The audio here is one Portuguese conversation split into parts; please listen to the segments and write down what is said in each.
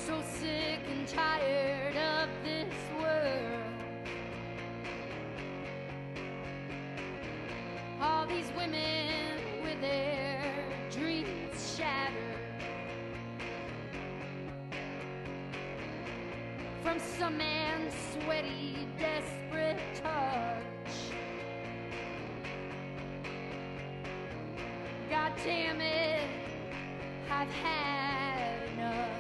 so sick and tired of this world. All these women with their dreams shattered from some man's sweaty, desperate touch. God damn it, I've had enough.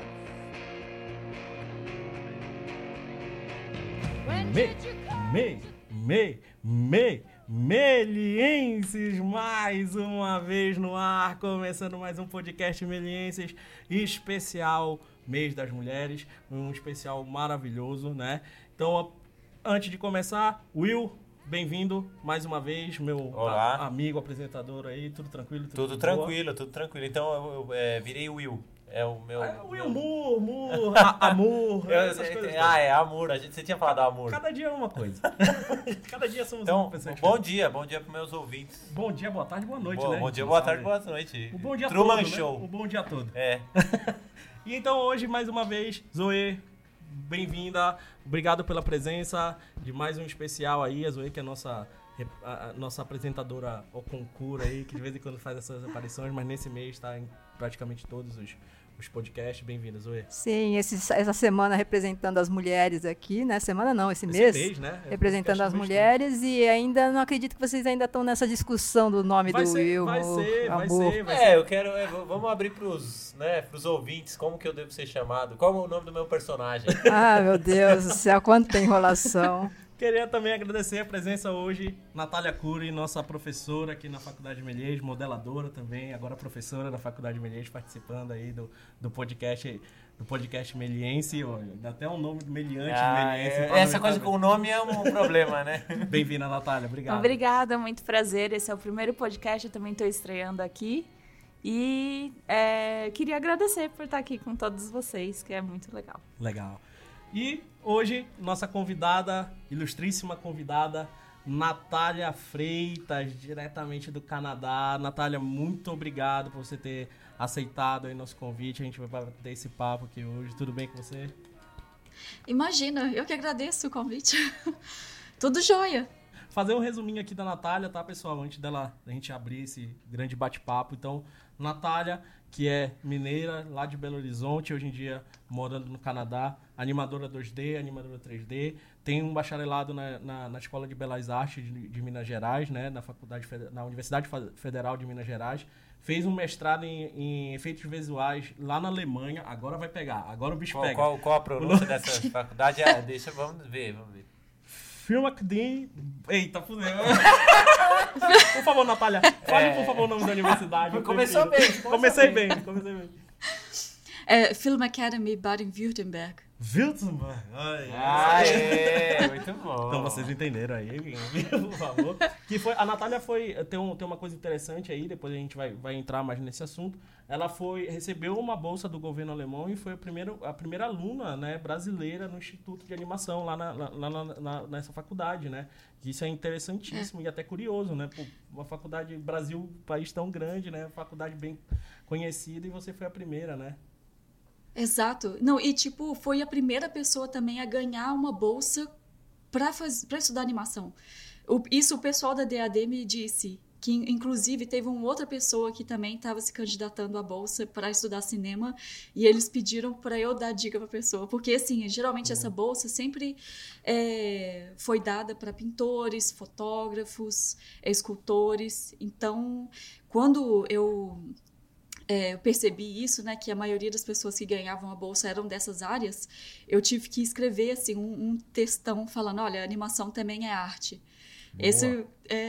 Melienses, mais uma vez no ar, começando mais um podcast Melienses especial Mês das Mulheres, um especial maravilhoso, né? Então, antes de começar, Will, bem-vindo mais uma vez, meu amigo apresentador aí, tudo tranquilo? Tudo tranquilo. Então, eu virei o Will. É o meu... Will, amor, essas coisas. Amor. Você tinha falado amor. Cada dia é uma coisa. Cada dia somos então, uma pessoa diferente. Bom dia para meus ouvintes. Bom dia, boa tarde, boa noite, né? Bom dia, boa tarde, boa noite. O bom dia Truman todo, Show. Né? O bom dia todo. É. E então hoje, mais uma vez, Zoe, bem-vinda. Obrigado pela presença de mais um especial aí. A Zoe, que é a nossa apresentadora ao concurso aí, que de vez em quando faz essas aparições, mas nesse mês está em praticamente todos os podcasts. Bem-vinda, Zoe. Sim, essa semana representando as mulheres aqui, né? Semana não, esse mês né? Representando as mulheres e ainda não acredito que vocês ainda estão nessa discussão do nome do Will. Vai ser. Eu quero... vamos abrir pros ouvintes como que eu devo ser chamado. Qual é o nome do meu personagem? Ah, meu Deus do céu, quanto tem enrolação. Queria também agradecer a presença hoje, Natália Cury, nossa professora aqui na Faculdade Melies, modeladora também, agora professora da Faculdade Melies, participando aí do podcast Meliense, dá até um nome meliante, Meliense. Essa coisa com o nome é um problema, né? Bem-vinda, Natália, obrigado. Obrigada, muito prazer, esse é o primeiro podcast, eu também estou estreando aqui. E queria agradecer por estar aqui com todos vocês, que é muito legal. Legal. E hoje, nossa convidada, ilustríssima convidada, Natália Freitas, diretamente do Canadá. Natália, muito obrigado por você ter aceitado aí nosso convite. A gente vai bater esse papo aqui hoje. Tudo bem com você? Imagina, eu que agradeço o convite. Tudo jóia. Fazer um resuminho aqui da Natália, tá, pessoal? Antes da gente abrir esse grande bate-papo. Então, Natália, que é mineira, lá de Belo Horizonte, hoje em dia morando no Canadá, animadora 2D, animadora 3D, tem um bacharelado na Escola de Belas Artes de Minas Gerais, né, na Universidade Federal de Minas Gerais, fez um mestrado em efeitos visuais lá na Alemanha, agora vai pegar, agora o bicho pega. Qual a pronúncia dessa faculdade? Vamos ver. Filmacademy. Eita, fudeu. Por favor, Natália, fale por favor o nome da universidade. Começou bem. Comecei bem. Film Academy Baden-Württemberg. Württemberg. Muito bom. Então vocês entenderam aí, por favor. A Natália tem uma coisa interessante aí, depois a gente vai entrar mais nesse assunto. Ela recebeu uma bolsa do governo alemão e foi a primeira aluna, né, brasileira no Instituto de Animação, lá nessa faculdade, né? Isso é interessantíssimo e até curioso, né? Pô, uma faculdade, Brasil, país tão grande, né? Faculdade bem conhecida e você foi a primeira, né? Exato. Não, e foi a primeira pessoa também a ganhar uma bolsa para estudar animação. Isso o pessoal da DAD me disse, que inclusive teve uma outra pessoa que também estava se candidatando à bolsa para estudar cinema e eles pediram para eu dar dica para a pessoa, porque assim, geralmente essa bolsa sempre foi dada para pintores, fotógrafos, escultores. Então, quando eu percebi isso, né, que a maioria das pessoas que ganhavam a bolsa eram dessas áreas, eu tive que escrever assim, um textão falando, olha, a animação também é arte. Boa. Esse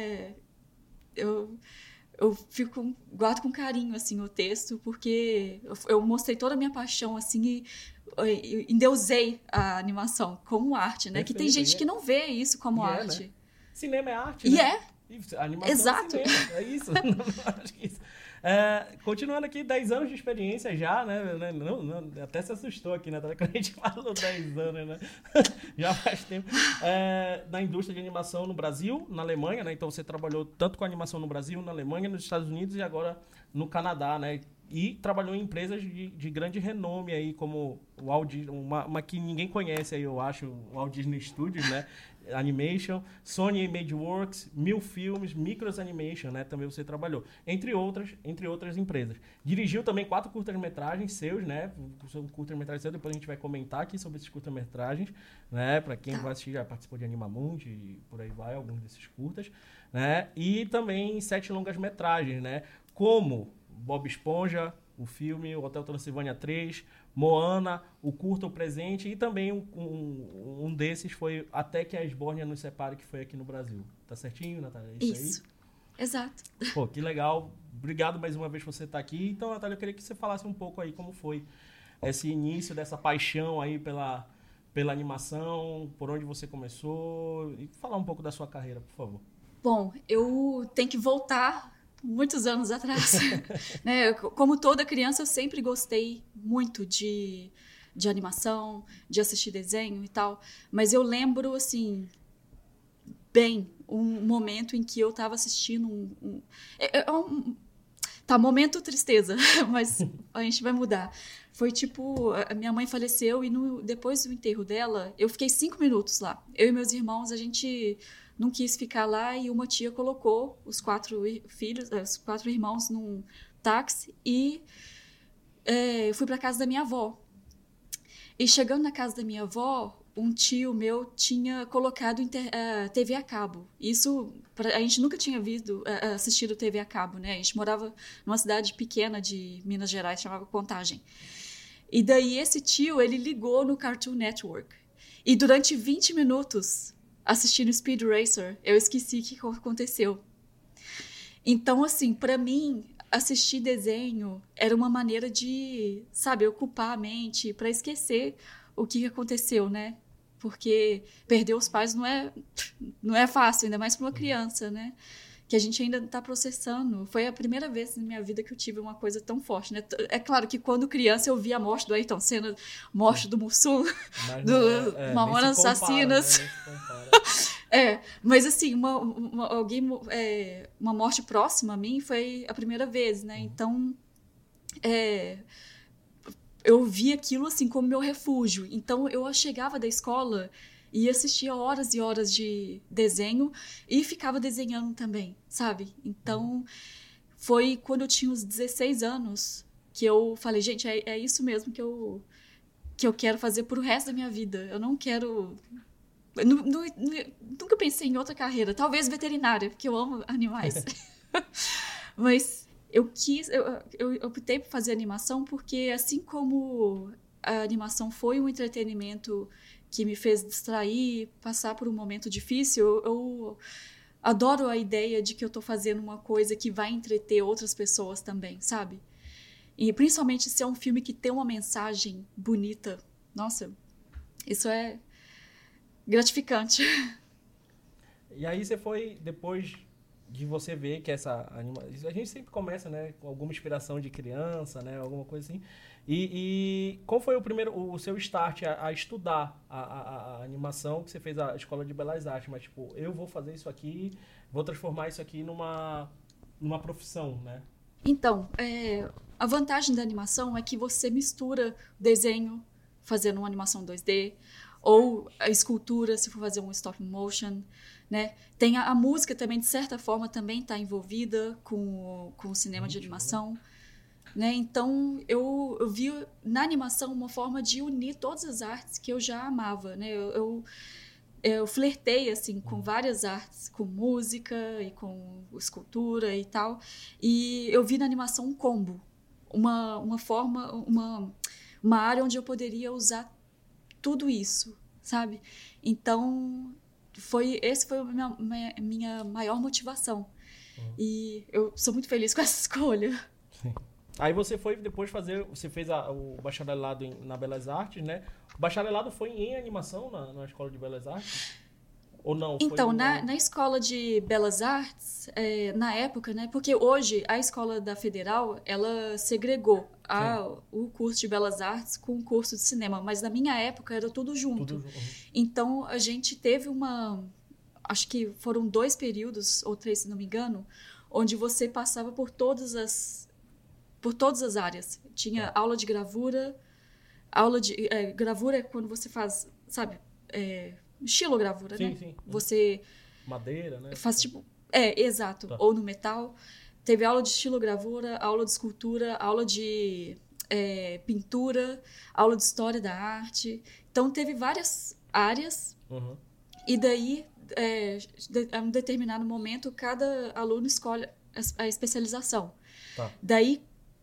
eu guardo com carinho assim, o texto, porque eu mostrei toda a minha paixão assim, e endeusei a animação como arte, né? Perfeito, que tem gente que não vê isso como arte. Né? Cinema é arte, né? A animação exato. É cinema, é isso. Acho que isso. Continuando aqui, 10 anos de experiência já, né? Até se assustou aqui, né? Quando a gente falou 10 anos, né? Já faz tempo. Na indústria de animação no Brasil, na Alemanha, né? Então você trabalhou tanto com animação no Brasil, na Alemanha, nos Estados Unidos e agora no Canadá, né? E trabalhou em empresas de grande renome aí, como o Walt Disney, uma que ninguém conhece aí, eu acho, o Walt Disney Studios, né? Animation, Sony Imageworks, 1000 Filmes, Micros Animation, né? Também você trabalhou, entre outras empresas. Dirigiu também 4 curtas-metragens seus, né? Um curta-metragem seu, depois a gente vai comentar aqui sobre esses curta-metragens, né? Para quem vai assistir, já participou de Animamundi e por aí vai, alguns desses curtas, né? E também 7 longas-metragens, né? Como Bob Esponja, o filme, o Hotel Transilvânia 3, Moana, o curta O Presente e também um desses foi Até que a Esbórnia nos separe, que foi aqui no Brasil. Tá certinho, Natália? Isso. Exato. Pô, que legal. Obrigado mais uma vez por você estar aqui. Então, Natália, eu queria que você falasse um pouco aí como foi esse início dessa paixão aí pela animação, por onde você começou e falar um pouco da sua carreira, por favor. Bom, eu tenho que voltar muitos anos atrás. Né? Como toda criança, eu sempre gostei muito de animação, de assistir desenho e tal. Mas eu lembro, assim, bem, um momento em que eu estava assistindo Tá, momento tristeza, mas a gente vai mudar. Foi tipo, a minha mãe faleceu e depois do enterro dela, eu fiquei 5 minutos lá. Eu e meus irmãos, a gente não quis ficar lá e uma tia colocou os 4 filhos, os 4 irmãos num táxi e eu fui para casa da minha avó. E chegando na casa da minha avó, um tio meu tinha colocado TV a cabo. Isso, a gente nunca tinha assistido TV a cabo, né? A gente morava numa cidade pequena de Minas Gerais, chamava Contagem. E daí esse tio, ele ligou no Cartoon Network. E durante 20 minutos, assistindo Speed Racer, eu esqueci o que aconteceu. Então, assim, para mim, assistir desenho era uma maneira de, sabe, ocupar a mente para esquecer o que aconteceu, né? Porque perder os pais não é fácil, ainda mais para uma criança, né? Que a gente ainda está processando. Foi a primeira vez na minha vida que eu tive uma coisa tão forte, né? É claro que quando criança eu vi a morte do Ayrton Senna, morte do Mussum, do Mamonas Assassinas. Mas assim, uma morte próxima a mim foi a primeira vez, né? Então, eu vi aquilo assim como meu refúgio. Então, eu chegava da escola e assistia horas e horas de desenho e ficava desenhando também, sabe? Então, foi quando eu tinha uns 16 anos que eu falei, gente, é isso mesmo que eu quero fazer pro resto da minha vida. Eu não quero... Nunca pensei em outra carreira. Talvez veterinária, porque eu amo animais. Mas eu optei por fazer animação porque, assim como a animação foi um entretenimento que me fez distrair, passar por um momento difícil, eu adoro a ideia de que eu estou fazendo uma coisa que vai entreter outras pessoas também, sabe? E principalmente se é um filme que tem uma mensagem bonita. Nossa, isso é gratificante. E aí você foi, depois de você ver que essa animação... A gente sempre começa, né, com alguma inspiração de criança, né, alguma coisa assim. E qual foi o seu start a estudar a animação, que você fez a Escola de Belas Artes? Mas, tipo, eu vou fazer isso aqui, vou transformar isso aqui numa profissão, né? Então, a vantagem da animação é que você mistura desenho, fazendo uma animação 2D, ou a escultura, se for fazer um stop motion, né? Tem a música também, de certa forma, também está envolvida com o cinema de animação. Né? Então, eu vi na animação uma forma de unir todas as artes que eu já amava. Né? Eu flertei assim, com várias artes, com música e com escultura e tal. E eu vi na animação um combo, uma forma, uma área onde eu poderia usar tudo isso, sabe? Então, esse foi a minha maior motivação. E eu sou muito feliz com essa escolha. Sim. Aí você foi depois você fez o bacharelado na Belas Artes, né? O bacharelado foi em animação na Escola de Belas Artes? Ou não? Então, Foi na Escola de Belas Artes, na época, né? Porque hoje a Escola da Federal, ela segregou o curso de Belas Artes com o curso de cinema. Mas na minha época era tudo junto. Então, a gente teve acho que foram 2 períodos, ou 3, se não me engano, onde você passava por todas as áreas. Tinha aula de gravura, gravura é quando você faz, sabe, estilogravura, né? Sim. Você Madeira, né? faz tipo... exato. Tá. Ou no metal. Teve aula de estilogravura, aula de escultura, aula de pintura, aula de história da arte. Então, teve várias áreas. Uhum. E daí, a um determinado momento, cada aluno escolhe a especialização. Tá. Daí,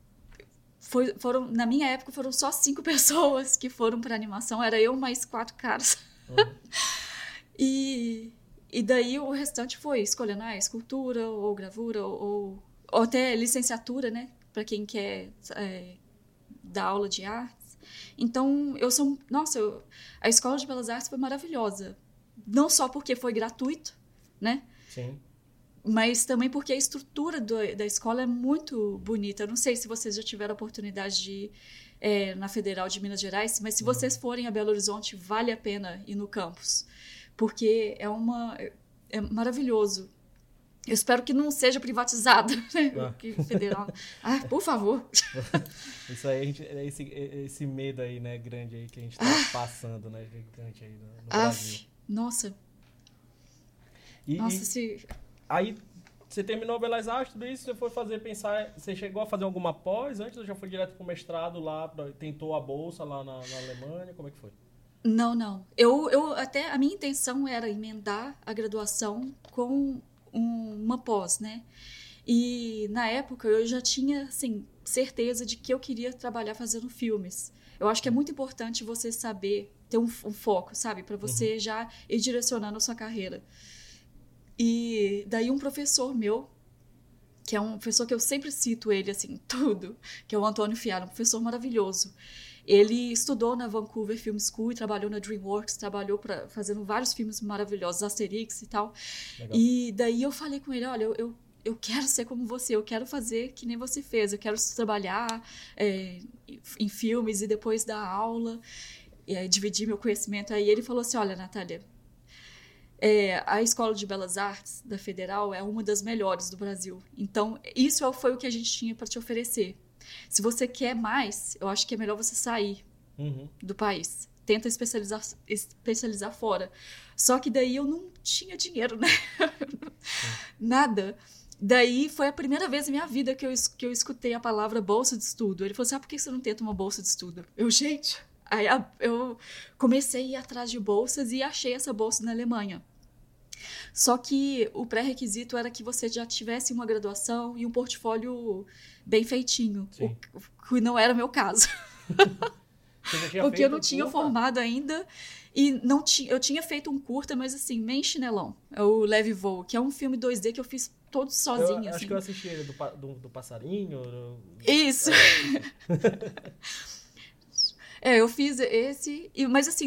na minha época, foram só 5 pessoas que foram para animação. Era eu mais 4 caras. Uhum. E daí o restante foi escolhendo escultura ou gravura ou até licenciatura, né? Para quem quer dar aula de artes. Então, a Escola de Belas Artes foi maravilhosa. Não só porque foi gratuito, né? Sim. Mas também porque a estrutura da escola é muito bonita. Eu não sei se vocês já tiveram a oportunidade de ir na Federal de Minas Gerais, mas se vocês forem a Belo Horizonte, vale a pena ir no campus. Porque é maravilhoso. Eu espero que não seja privatizado, né? Que federal. Por favor. Isso aí, esse medo aí, né, grande aí que a gente tá passando, né, gigante aí no Brasil. Nossa. Aí, você terminou Belas Artes, tudo isso, você foi você chegou a fazer alguma pós antes ou já foi direto pro mestrado lá, tentou a bolsa lá na Alemanha, como é que foi? Não. A minha intenção era emendar a graduação com uma pós, né? E na época eu já tinha, assim, certeza de que eu queria trabalhar fazendo filmes. Eu acho que é muito importante você saber ter um foco, sabe? Para você já ir direcionando a sua carreira. E daí um professor meu, que é um professor que eu sempre cito ele, assim, tudo, que é o Antônio Fiara, um professor maravilhoso. Ele estudou na Vancouver Film School e trabalhou na DreamWorks, trabalhou fazendo vários filmes maravilhosos, Asterix e tal. Legal. E daí eu falei com ele, olha, eu quero ser como você, eu quero fazer que nem você fez, eu quero trabalhar em filmes e depois dar aula, dividir meu conhecimento. Aí ele falou assim, olha, Natália, a Escola de Belas Artes da Federal é uma das melhores do Brasil. Então, isso foi o que a gente tinha para te oferecer. Se você quer mais, eu acho que é melhor você sair do país. Tenta especializar fora. Só que daí eu não tinha dinheiro, né? Nada. Daí foi a primeira vez na minha vida que eu escutei a palavra bolsa de estudo. Ele falou assim, por que você não tenta uma bolsa de estudo? Gente... Aí eu comecei a ir atrás de bolsas e achei essa bolsa na Alemanha. Só que o pré-requisito era que você já tivesse uma graduação e um portfólio bem feitinho, o que não era o meu caso. Porque eu não tinha formado ainda e eu tinha feito um curta, mas assim, bem chinelão. É o Leve Voo, que é um filme 2D que eu fiz todo sozinho. Acho que eu assisti ele do passarinho. Isso! Eu fiz esse, mas assim,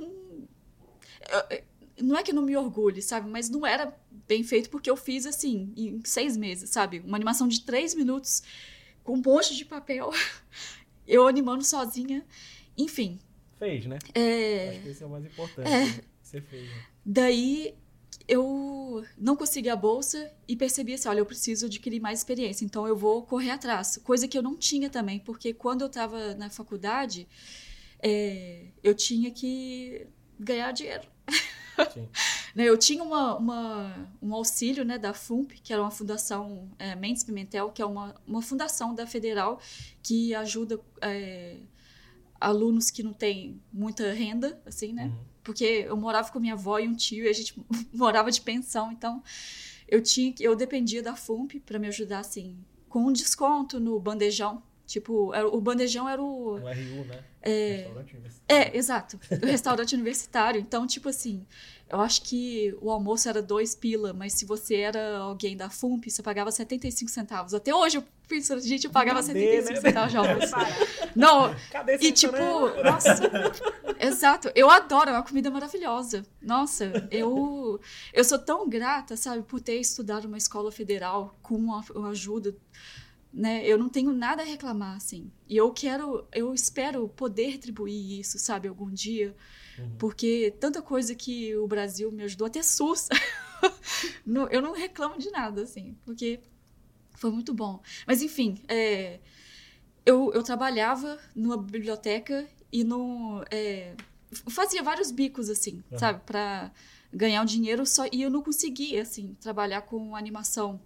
não é que eu não me orgulhe, sabe? Mas não era bem feito porque eu fiz assim, em 6 meses, sabe? Uma animação de 3 minutos com um monte de papel, eu animando sozinha, enfim. Fez, né? Acho que esse é o mais importante, que você fez. Né? Daí eu não consegui a bolsa e percebi assim, olha, eu preciso adquirir mais experiência, então eu vou correr atrás. Coisa que eu não tinha também, porque quando eu estava na faculdade, eu tinha que ganhar dinheiro. Sim. Eu tinha um auxílio, né, da FUMP, que era uma fundação Mendes Pimentel, que é uma fundação da Federal que ajuda alunos que não têm muita renda, assim, né? Porque eu morava com minha avó e um tio e a gente morava de pensão, então eu dependia da FUMP para me ajudar, assim, com um desconto no bandejão, Tipo, o bandejão era o... O RU, né? Restaurante universitário. Exato. O restaurante universitário. Então, tipo assim, eu acho que o almoço era 2 pila, mas se você era alguém da FUMP, você pagava 75 centavos. Até hoje eu penso, gente, eu pagava 75 centavos de almoço. Não, Cadê esse e tipo, nossa, exato. Eu adoro, é uma comida maravilhosa. Nossa, eu sou tão grata, sabe, por ter estudado numa escola federal com a ajuda, né? Eu não tenho nada a reclamar, assim. E eu espero poder retribuir isso, sabe, algum dia. Porque tanta coisa que o Brasil me ajudou, até SUS. Eu não reclamo de nada, assim, porque foi muito bom. Mas, enfim, eu trabalhava numa biblioteca e fazia vários bicos, assim, sabe, para ganhar um dinheiro, e eu não conseguia, assim, trabalhar com animação.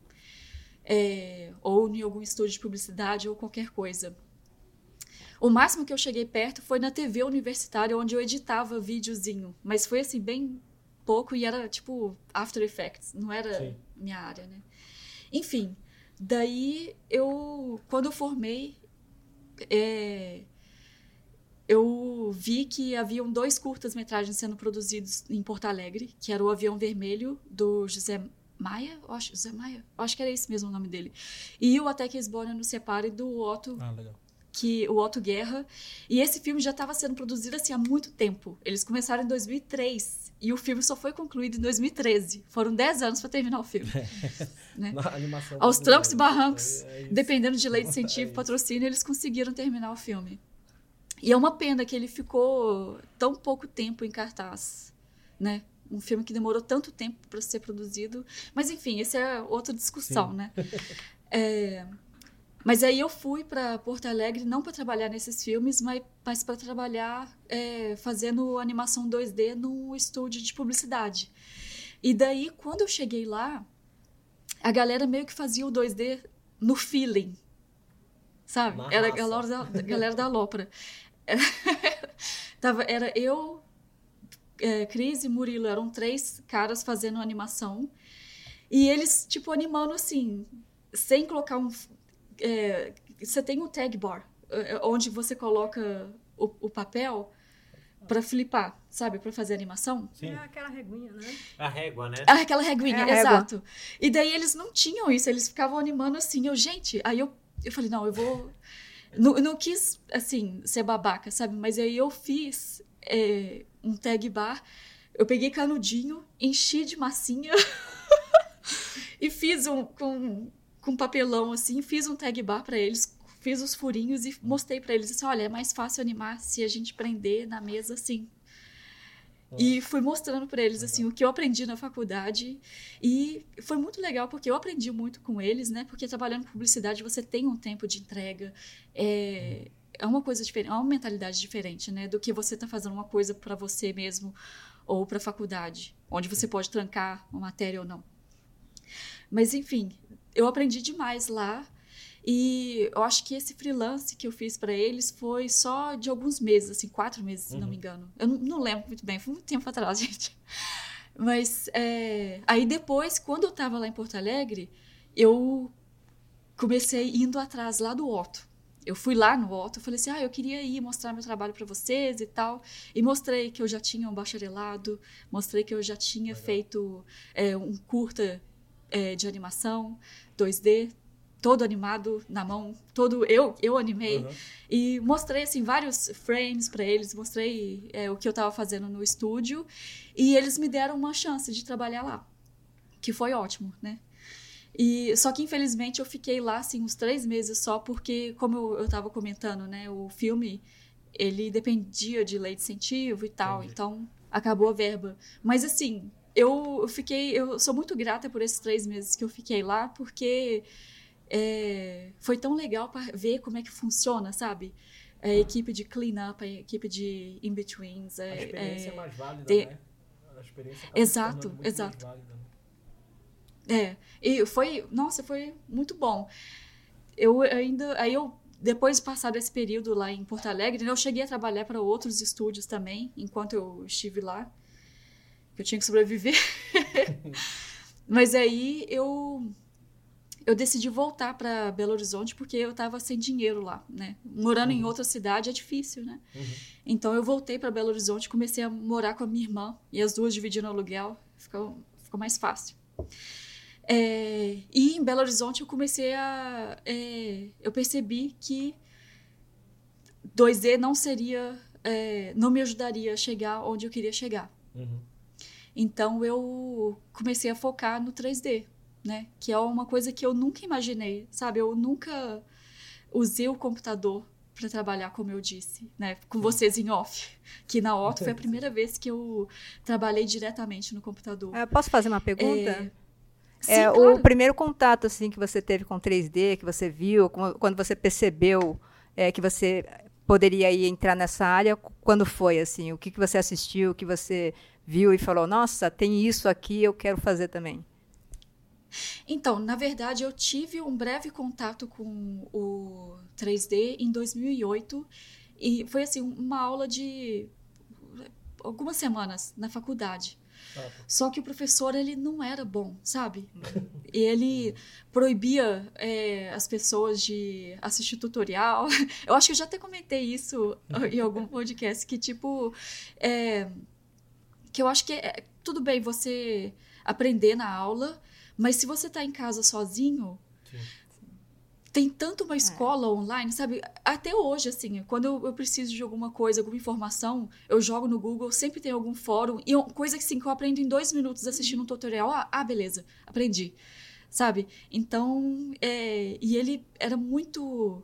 Ou em algum estúdio de publicidade ou qualquer coisa. O máximo que eu cheguei perto foi na TV universitária, onde eu editava videozinho. Mas foi, assim, bem pouco e era, tipo, After Effects. Não era minha área, né? Enfim, daí quando eu formei, eu vi que haviam 2 curtas-metragens sendo produzidos em Porto Alegre, que era o Avião Vermelho, do José Maia? José Maia? Acho que era esse mesmo o nome dele. E o Até que a Esbórnia nos Separe, do Otto... legal. O Otto Guerra. E esse filme já estava sendo produzido assim há muito tempo. Eles começaram em 2003 e o filme só foi concluído em 2013. Foram 10 anos para terminar o filme. Né? Aos trancos e barrancos, dependendo de lei de incentivo e patrocínio, eles conseguiram terminar o filme. E é uma pena que ele ficou tão pouco tempo em cartaz, né? Um filme que demorou tanto tempo para ser produzido. Mas, enfim, essa é outra discussão, né? Mas aí eu fui para Porto Alegre, não para trabalhar nesses filmes, mas para trabalhar fazendo animação 2D num estúdio de publicidade. E daí, quando eu cheguei lá, a galera meio que fazia o 2D no feeling, sabe? Era a galera da Alopra. Era eu, Cris e Murilo, eram 3 caras fazendo animação. E eles, tipo, animando assim, sem colocar você tem o tag bar, onde você coloca o papel para flipar, sabe? Para fazer animação. Sim. É aquela reguinha, né? A régua, né? Aquela reguinha, exato. Régua. E daí eles não tinham isso, eles ficavam animando assim. Aí eu falei, não, eu vou... Não quis, assim, ser babaca, sabe? Mas aí eu fiz um tag bar, eu peguei canudinho, enchi de massinha e fiz com papelão, assim, fiz um tag bar para eles, fiz os furinhos e mostrei para eles, assim, olha, é mais fácil animar se a gente prender na mesa, assim. E fui mostrando para eles, assim, o que eu aprendi na faculdade. E foi muito legal, porque eu aprendi muito com eles, né? Porque trabalhando em publicidade, você tem um tempo de entrega. É uma coisa diferente, é uma mentalidade diferente, né? Do que você tá fazendo uma coisa para você mesmo ou para a faculdade, onde você pode trancar uma matéria ou não. Mas, enfim, eu aprendi demais lá. E eu acho que esse freelance que eu fiz para eles foi só de alguns meses, assim, 4 meses, se não me engano. Eu não lembro muito bem, foi muito tempo atrás, gente. Mas aí depois, quando eu estava lá em Porto Alegre, eu comecei indo atrás lá do Otto. Eu fui lá no Otto, eu falei assim, eu queria ir mostrar meu trabalho para vocês e tal. E mostrei que eu já tinha um bacharelado, mostrei que eu já tinha feito um curta de animação, 2D, todo animado na mão, todo eu animei. E mostrei assim vários frames para eles, mostrei o que eu estava fazendo no estúdio e eles me deram uma chance de trabalhar lá, que foi ótimo, né? E só que infelizmente eu fiquei lá assim uns 3 meses só porque, como eu estava comentando, né, o filme ele dependia de lei de incentivo e tal. Entendi. Então acabou a verba. Mas assim, eu sou muito grata por esses 3 meses que eu fiquei lá, porque foi tão legal para ver como é que funciona, sabe? A equipe de clean-up, a equipe de in-betweens. A experiência é mais válida, né? A experiência acaba exato. Mais válida, né? E foi muito bom. Aí eu, depois de passar esse período lá em Porto Alegre, eu cheguei a trabalhar para outros estúdios também, enquanto eu estive lá, que eu tinha que sobreviver. Mas aí eu eu decidi voltar para Belo Horizonte porque eu estava sem dinheiro lá, né? Morando em outra cidade é difícil, né? Então eu voltei para Belo Horizonte, comecei a morar com a minha irmã e as duas dividindo aluguel, ficou mais fácil. E em Belo Horizonte eu comecei eu percebi que 2D não me ajudaria a chegar onde eu queria chegar. Então eu comecei a focar no 3D, né? Que é uma coisa que eu nunca imaginei, sabe? Eu nunca usei o computador para trabalhar, como eu disse, né? Com vocês em off. Que na Otto foi a primeira vez que eu trabalhei diretamente no computador. Posso fazer uma pergunta? Sim, claro. O primeiro contato assim, que você teve com 3D, que você viu, quando você percebeu que você poderia ir entrar nessa área, quando foi? Assim, o que você assistiu, o que você viu e falou, nossa, tem isso aqui, eu quero fazer também? Então, na verdade, eu tive um breve contato com o 3D em 2008 e foi assim, uma aula de algumas semanas na faculdade. Só que o professor, ele não era bom, sabe? Ele proibia as pessoas de assistir tutorial. Eu acho que eu já até comentei isso em algum podcast, que tipo... que eu acho que tudo bem você aprender na aula, mas se você está em casa sozinho, tem tanto uma escola online, sabe? Até hoje, assim, quando eu preciso de alguma coisa, alguma informação, eu jogo no Google, sempre tem algum fórum, e coisa assim, que eu aprendo em 2 minutos assistindo um tutorial. Beleza, aprendi, sabe? Então, e ele era muito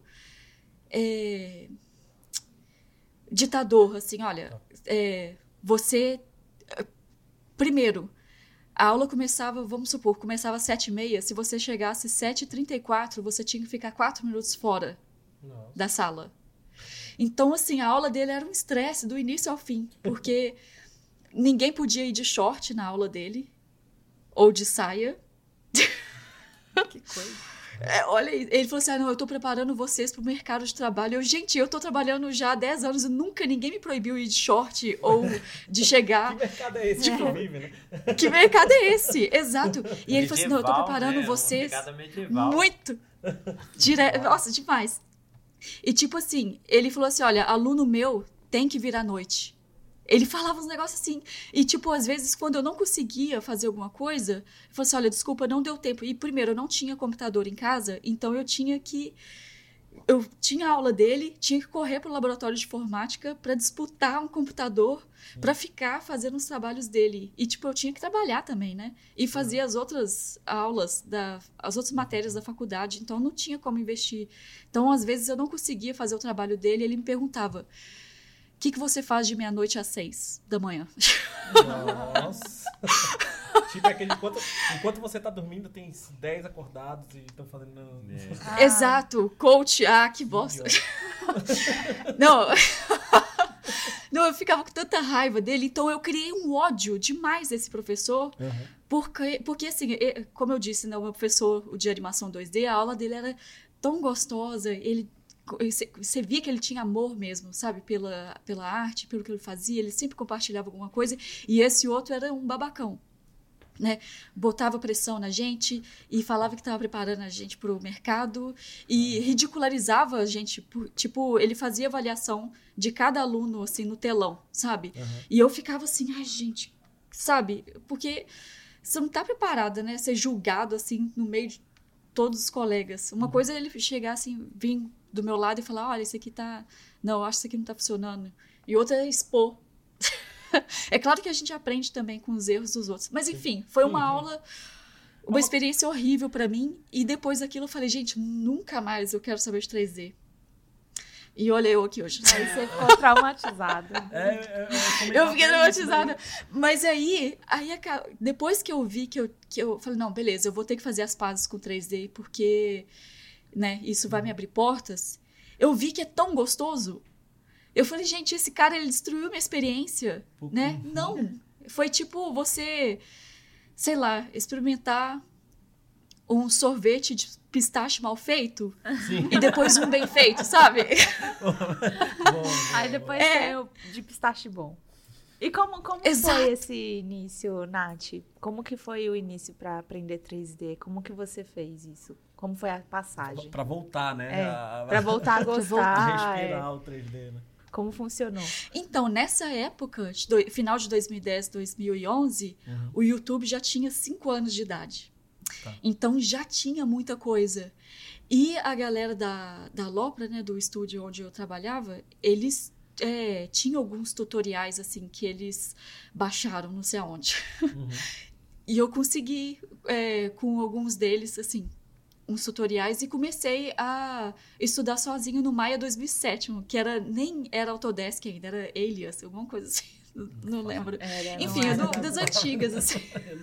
ditador, assim, olha, você... Primeiro, a aula começava, vamos supor, começava às 7h30. Se você chegasse às 7h34, você tinha que ficar 4 minutos fora da sala. Então, assim, a aula dele era um estresse do início ao fim, porque ninguém podia ir de short na aula dele, ou de saia. Que coisa. Olha, ele falou assim, não, eu tô preparando vocês pro mercado de trabalho. Gente, eu tô trabalhando já há 10 anos e nunca ninguém me proibiu ir de short ou de chegar... Que mercado é esse que vive, né? Que mercado é esse? Exato. E ele falou assim, não, eu tô preparando né? vocês Medieval. muito. Nossa, demais. E tipo assim, ele falou assim, olha, aluno meu tem que vir à noite. Ele falava uns negócios assim. E, tipo, às vezes, quando eu não conseguia fazer alguma coisa, eu falei assim, olha, desculpa, não deu tempo. E, primeiro, eu não tinha computador em casa, então eu tinha a aula dele, tinha que correr para o laboratório de informática para disputar um computador para ficar fazendo os trabalhos dele. E, tipo, eu tinha que trabalhar também, né? E fazer as outras aulas, as outras matérias da faculdade, então não tinha como investir. Então, às vezes, eu não conseguia fazer o trabalho dele, ele me perguntava... O que você faz de 12h às 6h? Nossa. Tipo aquele, enquanto você tá dormindo, tem 10 acordados e estão fazendo... Exato. Coach. Que bosta. Não. Não, eu ficava com tanta raiva dele, então eu criei um ódio demais desse professor, porque assim, como eu disse, né, o meu professor, o de animação 2D, a aula dele era tão gostosa, você via que ele tinha amor mesmo, sabe? Pela arte, pelo que ele fazia. Ele sempre compartilhava alguma coisa. E esse outro era um babacão, né? Botava pressão na gente e falava que estava preparando a gente para o mercado e ridicularizava a gente. Tipo, ele fazia avaliação de cada aluno, assim, no telão, sabe? E eu ficava assim, ai, gente, sabe? Porque você não está preparada, né? Ser julgado, assim, no meio de todos os colegas. Uma coisa é ele chegar, assim, vir do meu lado e falar, olha, isso aqui tá... Não, eu acho que isso aqui não tá funcionando. E outra é expor. É claro que a gente aprende também com os erros dos outros. Mas, enfim, foi uma aula, uma experiência horrível pra mim. E depois daquilo eu falei, gente, nunca mais eu quero saber de 3D. E olha eu aqui hoje. Aí você ficou traumatizada. Eu fiquei traumatizada. Mas aí depois que eu vi que eu falei, não, beleza, eu vou ter que fazer as pazes com 3D, porque... né, isso vai me abrir portas. Eu vi que é tão gostoso. Eu falei, gente, esse cara, ele destruiu minha experiência, né? Não, foi tipo você, sei lá, experimentar um sorvete de pistache mal feito. Sim. E depois um bem feito, sabe? Aí depois tem o de pistache bom. E como foi esse início, Nath? Como que foi o início para aprender 3D? Como que você fez isso? Como foi a passagem? Pra voltar, né? Pra voltar a gostar. Respirar o 3D, né? Como funcionou? Então, nessa época, final de 2010, 2011, o YouTube já tinha 5 anos de idade. Tá. Então, já tinha muita coisa. E a galera da Lopra, né, do estúdio onde eu trabalhava, eles tinham alguns tutoriais, assim, que eles baixaram, não sei aonde. E eu consegui, com alguns deles, assim, uns tutoriais e comecei a estudar sozinho no Maya 2007, que nem era Autodesk ainda, era Alias, alguma coisa assim, não lembro. Enfim, das antigas, assim.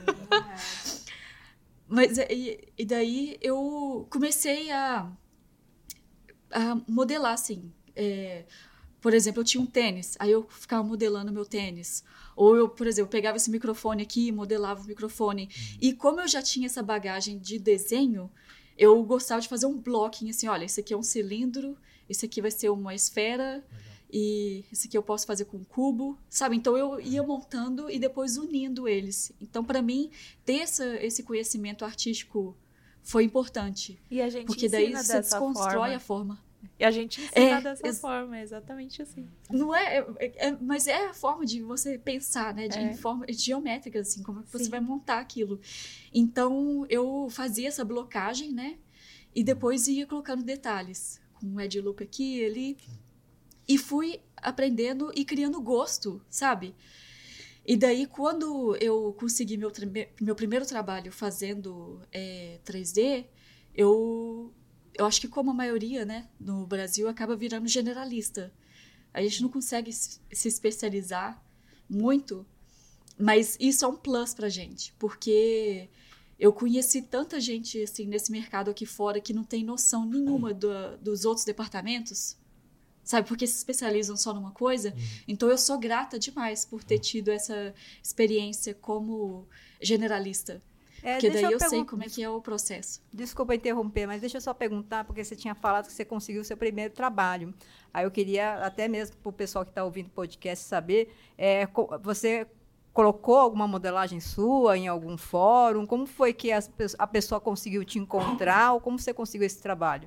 Mas, e daí eu comecei a modelar, assim. Por exemplo, eu tinha um tênis, aí eu ficava modelando meu tênis. Ou eu, por exemplo, pegava esse microfone aqui e modelava o microfone. E como eu já tinha essa bagagem de desenho, eu gostava de fazer um blocking, assim, olha, esse aqui é um cilindro, esse aqui vai ser uma esfera, e esse aqui eu posso fazer com um cubo, sabe? Então, eu ia montando e depois unindo eles. Então, para mim, ter esse conhecimento artístico foi importante. E a gente porque daí ensina você dessa desconstrói a forma. E a gente ensina dessa forma, é exatamente assim. Não mas é a forma de você pensar, né? Em forma geométrica, assim, como você vai montar aquilo. Então, eu fazia essa blocagem, né? E depois ia colocando detalhes. Com um edge loop aqui e ali. E fui aprendendo e criando gosto, sabe? E daí, quando eu consegui meu primeiro trabalho fazendo 3D, eu acho que como a maioria, né, no Brasil, acaba virando generalista. A gente não consegue se especializar muito, mas isso é um plus pra gente, porque eu conheci tanta gente assim, nesse mercado aqui fora que não tem noção nenhuma dos outros departamentos, sabe? Porque se especializam só numa coisa. Então, eu sou grata demais por ter tido essa experiência como generalista. Porque daí eu sei como é que é o processo. Desculpa interromper, mas deixa eu só perguntar, porque você tinha falado que você conseguiu o seu primeiro trabalho. Aí eu queria, até mesmo para o pessoal que está ouvindo o podcast saber, você colocou alguma modelagem sua em algum fórum? Como foi que a pessoa conseguiu te encontrar? Ou como você conseguiu esse trabalho?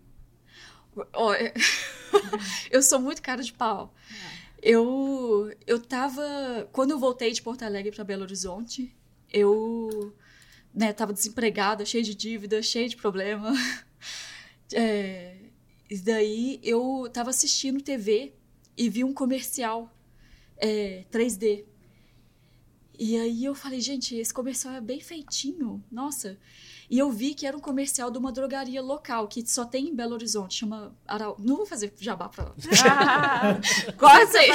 Eu sou muito cara de pau. Eu tava... Quando eu voltei de Porto Alegre para Belo Horizonte, eu... tava desempregada, cheia de dívida, cheia de problema. E daí eu tava assistindo TV e vi um comercial 3D. E aí eu falei, gente, esse comercial é bem feitinho, nossa. E eu vi que era um comercial de uma drogaria local, que só tem em Belo Horizonte, chama Não vou fazer jabá pra... Quase aí!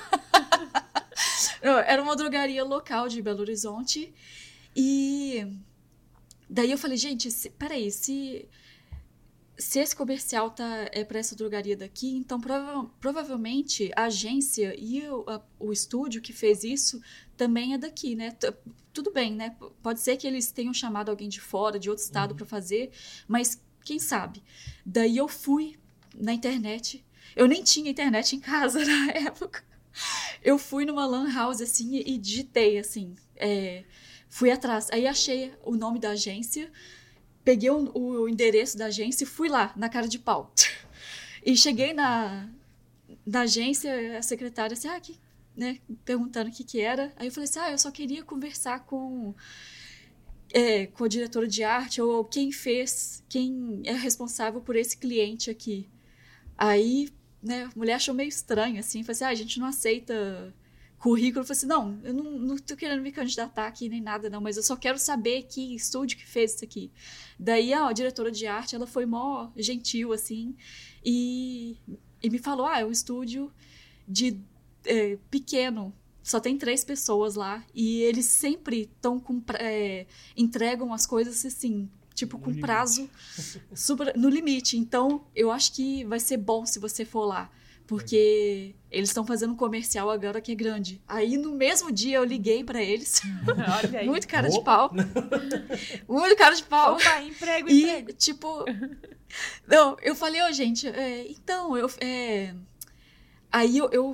Era uma drogaria local de Belo Horizonte. E daí eu falei, gente, peraí, se esse comercial é para essa drogaria daqui, então provavelmente a agência e o estúdio que fez isso também é daqui, né? Tudo bem, né? Pode ser que eles tenham chamado alguém de fora, de outro estado para fazer, mas quem sabe? Daí eu fui na internet, eu nem tinha internet em casa na época, eu fui numa lan house assim e digitei assim, fui atrás, aí achei o nome da agência, peguei o endereço da agência e fui lá, na cara de pau. E cheguei na agência, a secretária assim, perguntando o que era. Aí eu falei assim, eu só queria conversar com a diretora de arte ou quem é responsável por esse cliente aqui. Aí, né, a mulher achou meio estranho, assim, falou assim, a gente não aceita currículo. Eu falei assim, não, eu não tô querendo me candidatar aqui nem nada, não, mas eu só quero saber que estúdio que fez isso aqui. Daí a diretora de arte, ela foi mó gentil, assim, e me falou, é um estúdio pequeno, só tem 3 pessoas lá, e eles sempre entregam as coisas assim, tipo, com prazo super no limite. Então, eu acho que vai ser bom se você for lá. Porque eles estão fazendo um comercial agora que é grande. Aí, no mesmo dia, eu liguei pra eles. Olha aí. Muito cara de pau. Muito cara de pau. Opa, emprego. E, tipo... Não, eu falei, gente, então, aí eu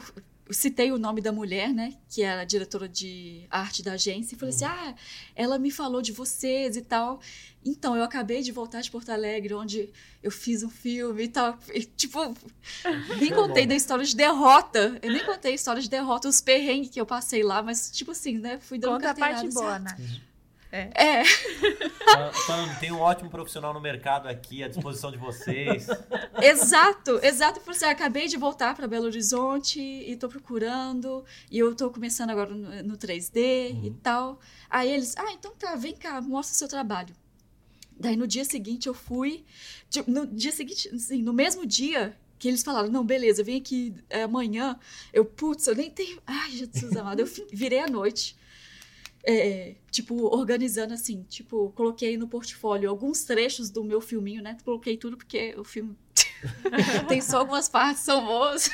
citei o nome da mulher, né, que era a diretora de arte da agência, e falei assim, ela me falou de vocês e tal. Então, eu acabei de voltar de Porto Alegre, onde eu fiz um filme e tal. E, tipo, nem contei da história de derrota. Eu nem contei a história de derrota, os perrengues que eu passei lá, mas, tipo assim, né, fui dando Conta a carteirada. parte boa, assim, Nath. Falando, tem um ótimo profissional no mercado aqui à disposição de vocês. Exato. Eu falei assim, acabei de voltar para Belo Horizonte e tô procurando, e eu tô começando agora no 3D e tal. Aí eles, então tá, vem cá, mostra o seu trabalho. Daí no dia seguinte eu fui, no dia seguinte, assim, no mesmo dia que eles falaram, não, beleza, vem aqui amanhã, eu nem tenho, ai, Jesus amado, eu virei à noite. Organizando assim, coloquei no portfólio alguns trechos do meu filminho, né? Coloquei tudo porque o filme tem só algumas partes que são boas.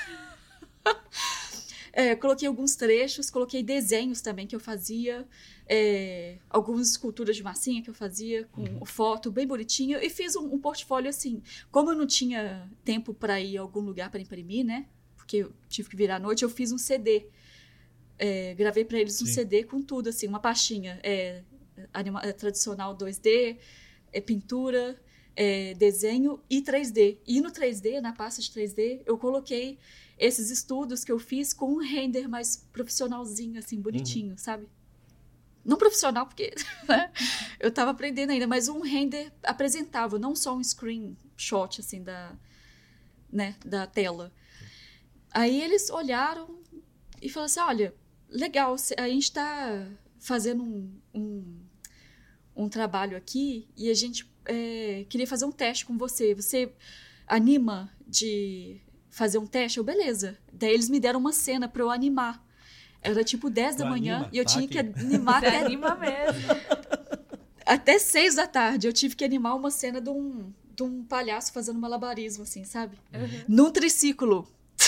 Coloquei alguns trechos, coloquei desenhos também que eu fazia, algumas esculturas de massinha que eu fazia, com foto bem bonitinha, e fiz um portfólio assim. Como eu não tinha tempo para ir a algum lugar para imprimir, né? Porque eu tive que virar à noite, eu fiz um CD. Gravei para eles um CD com tudo, assim, uma pastinha tradicional 2D, pintura, desenho e 3D. E no 3D, na pasta de 3D, eu coloquei esses estudos que eu fiz com um render mais profissionalzinho, assim, bonitinho, sabe? Não profissional, porque né, eu estava aprendendo ainda, mas um render apresentável, não só um screenshot, assim, da tela. Aí eles olharam e falaram assim, olha, legal, a gente está fazendo um trabalho aqui e a gente queria fazer um teste com você. Você anima de fazer um teste? Beleza. Daí eles me deram uma cena para eu animar. Era tipo 10 da manhã e eu tinha que animar até... anima mesmo. Até 6 da tarde. Eu tive que animar uma cena de um palhaço fazendo malabarismo, assim, sabe? Num triciclo.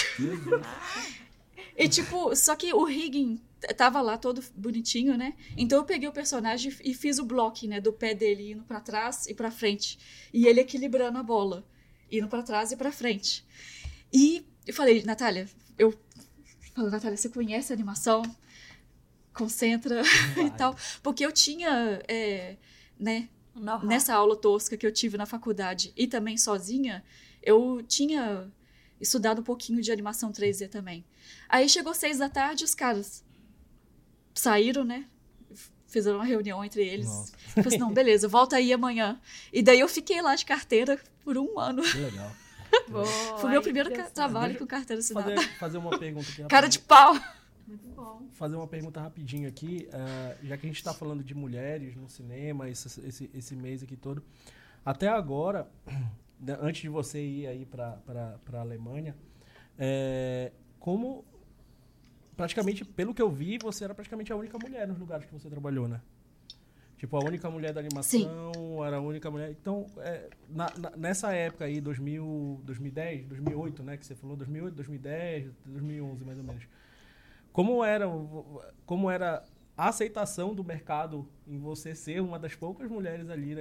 E só que o rigging tava lá todo bonitinho, né? Então eu peguei o personagem e fiz o bloco, né? Do pé dele indo pra trás e pra frente. E ele equilibrando a bola. Indo pra trás e pra frente. E eu falei, Natália, você conhece a animação? Concentra e tal. Porque eu tinha, né? Nessa aula tosca que eu tive na faculdade e também sozinha, eu tinha estudado um pouquinho de animação 3D também. Aí chegou 6 da tarde, os caras saíram, né? Fizeram uma reunião entre eles. Falei assim, não, beleza, volta aí amanhã. E daí eu fiquei lá de carteira por 1 ano. Que legal. Foi meu primeiro trabalho com carteira assinada. Fazer uma pergunta aqui. Cara de pau. Muito bom. Fazer uma pergunta rapidinho aqui. Já que a gente está falando de mulheres no cinema, esse mês aqui todo. Até agora, antes de você ir aí para a Alemanha, como praticamente, pelo que eu vi, você era praticamente a única mulher nos lugares que você trabalhou, né? Tipo, a única mulher da animação, Sim. Era a única mulher. Então, nessa época aí, 2010, 2008, né? Que você falou, 2008, 2010, 2011, mais ou menos. Como era a aceitação do mercado em você ser uma das poucas mulheres ali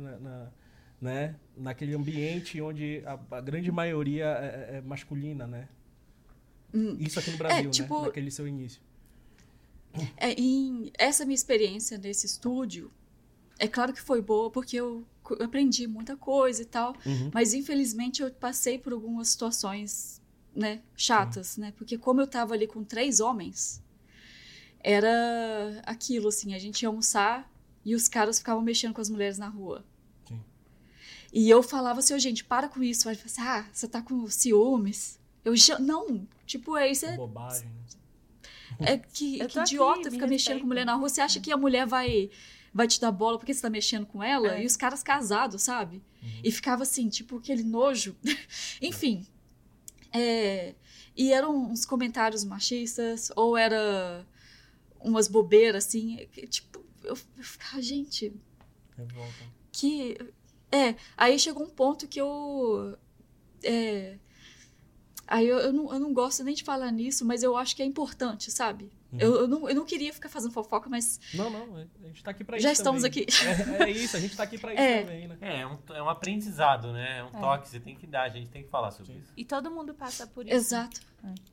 naquele ambiente onde a grande maioria é masculina, né? Isso aqui no Brasil, né? Naquele seu início. Essa minha experiência nesse estúdio, é claro que foi boa, porque eu aprendi muita coisa e tal, mas infelizmente eu passei por algumas situações, né, chatas, né? Porque como eu tava ali com 3 homens, era aquilo, assim, a gente ia almoçar e os caras ficavam mexendo com as mulheres na rua. Sim. E eu falava assim, gente, para com isso. Aí ele falava assim, você tá com ciúmes? Não, tipo, isso é... bobagem, né? Que idiota ficar mexendo com mulher na rua. Você acha que a mulher vai te dar bola porque você tá mexendo com ela? E os caras casados, sabe? E ficava assim, tipo, aquele nojo. Enfim. E eram uns comentários machistas, ou era umas bobeiras, assim. Tipo, eu ficava, gente... Revolta. Aí chegou um ponto que eu... Aí eu não gosto nem de falar nisso, mas eu acho que é importante, sabe? Eu não queria ficar fazendo fofoca, mas... Não, a gente tá aqui pra isso. Já estamos também. aqui. É isso, a gente tá aqui pra isso também, né? É um aprendizado, né? É um toque que você tem que dar, a gente tem que falar sobre isso. E todo mundo passa por isso. Exato.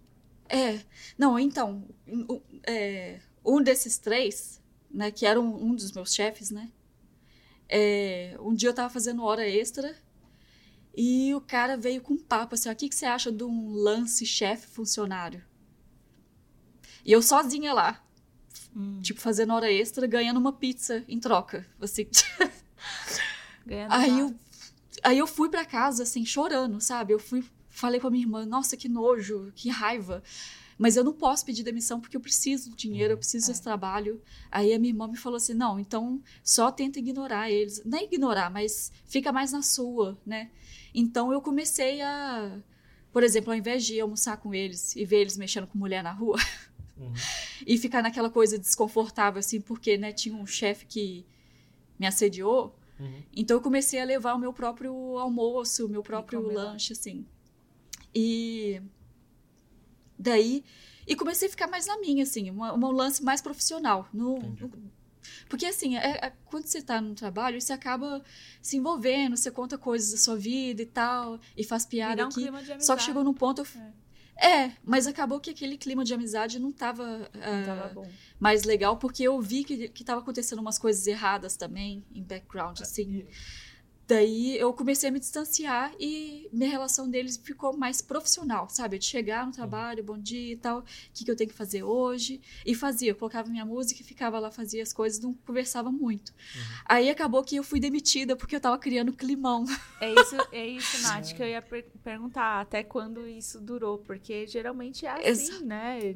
Não, então, um desses 3, né, que era um dos meus chefes, né, um dia eu tava fazendo hora extra e o cara veio com um papo assim, o que você acha de um lance chefe-funcionário? E eu sozinha lá, tipo, fazendo hora extra, ganhando uma pizza em troca, assim. Ganhando Aí eu fui pra casa, assim, chorando, sabe? Falei pra minha irmã, nossa, que nojo, que raiva. Mas eu não posso pedir demissão porque eu preciso do dinheiro, eu preciso desse trabalho. Aí a minha irmã me falou assim, não, então só tenta ignorar eles. Não é ignorar, mas fica mais na sua, né? Então eu comecei a... Por exemplo, ao invés de almoçar com eles e ver eles mexendo com mulher na rua, e ficar naquela coisa desconfortável, assim, porque, né, tinha um chefe que me assediou, então eu comecei a levar o meu próprio almoço, o meu próprio lanche, assim. E daí... E comecei a ficar mais na minha, assim, um lance mais profissional. Porque, assim, quando você tá no trabalho, você acaba se envolvendo, você conta coisas da sua vida e tal, e faz piada Virar um aqui. clima de amizade. Só que chegou num ponto... mas acabou que aquele clima de amizade não tava bom. mais legal, porque eu vi que tava acontecendo umas coisas erradas também, em background, assim. Daí eu comecei a me distanciar e minha relação deles ficou mais profissional, sabe? De chegar no trabalho, bom dia e tal, o que eu tenho que fazer hoje. E eu colocava minha música e ficava lá, fazia as coisas, não conversava muito. Aí acabou que eu fui demitida porque eu tava criando climão. É isso, Nath, que eu ia perguntar até quando isso durou, porque geralmente é assim, né?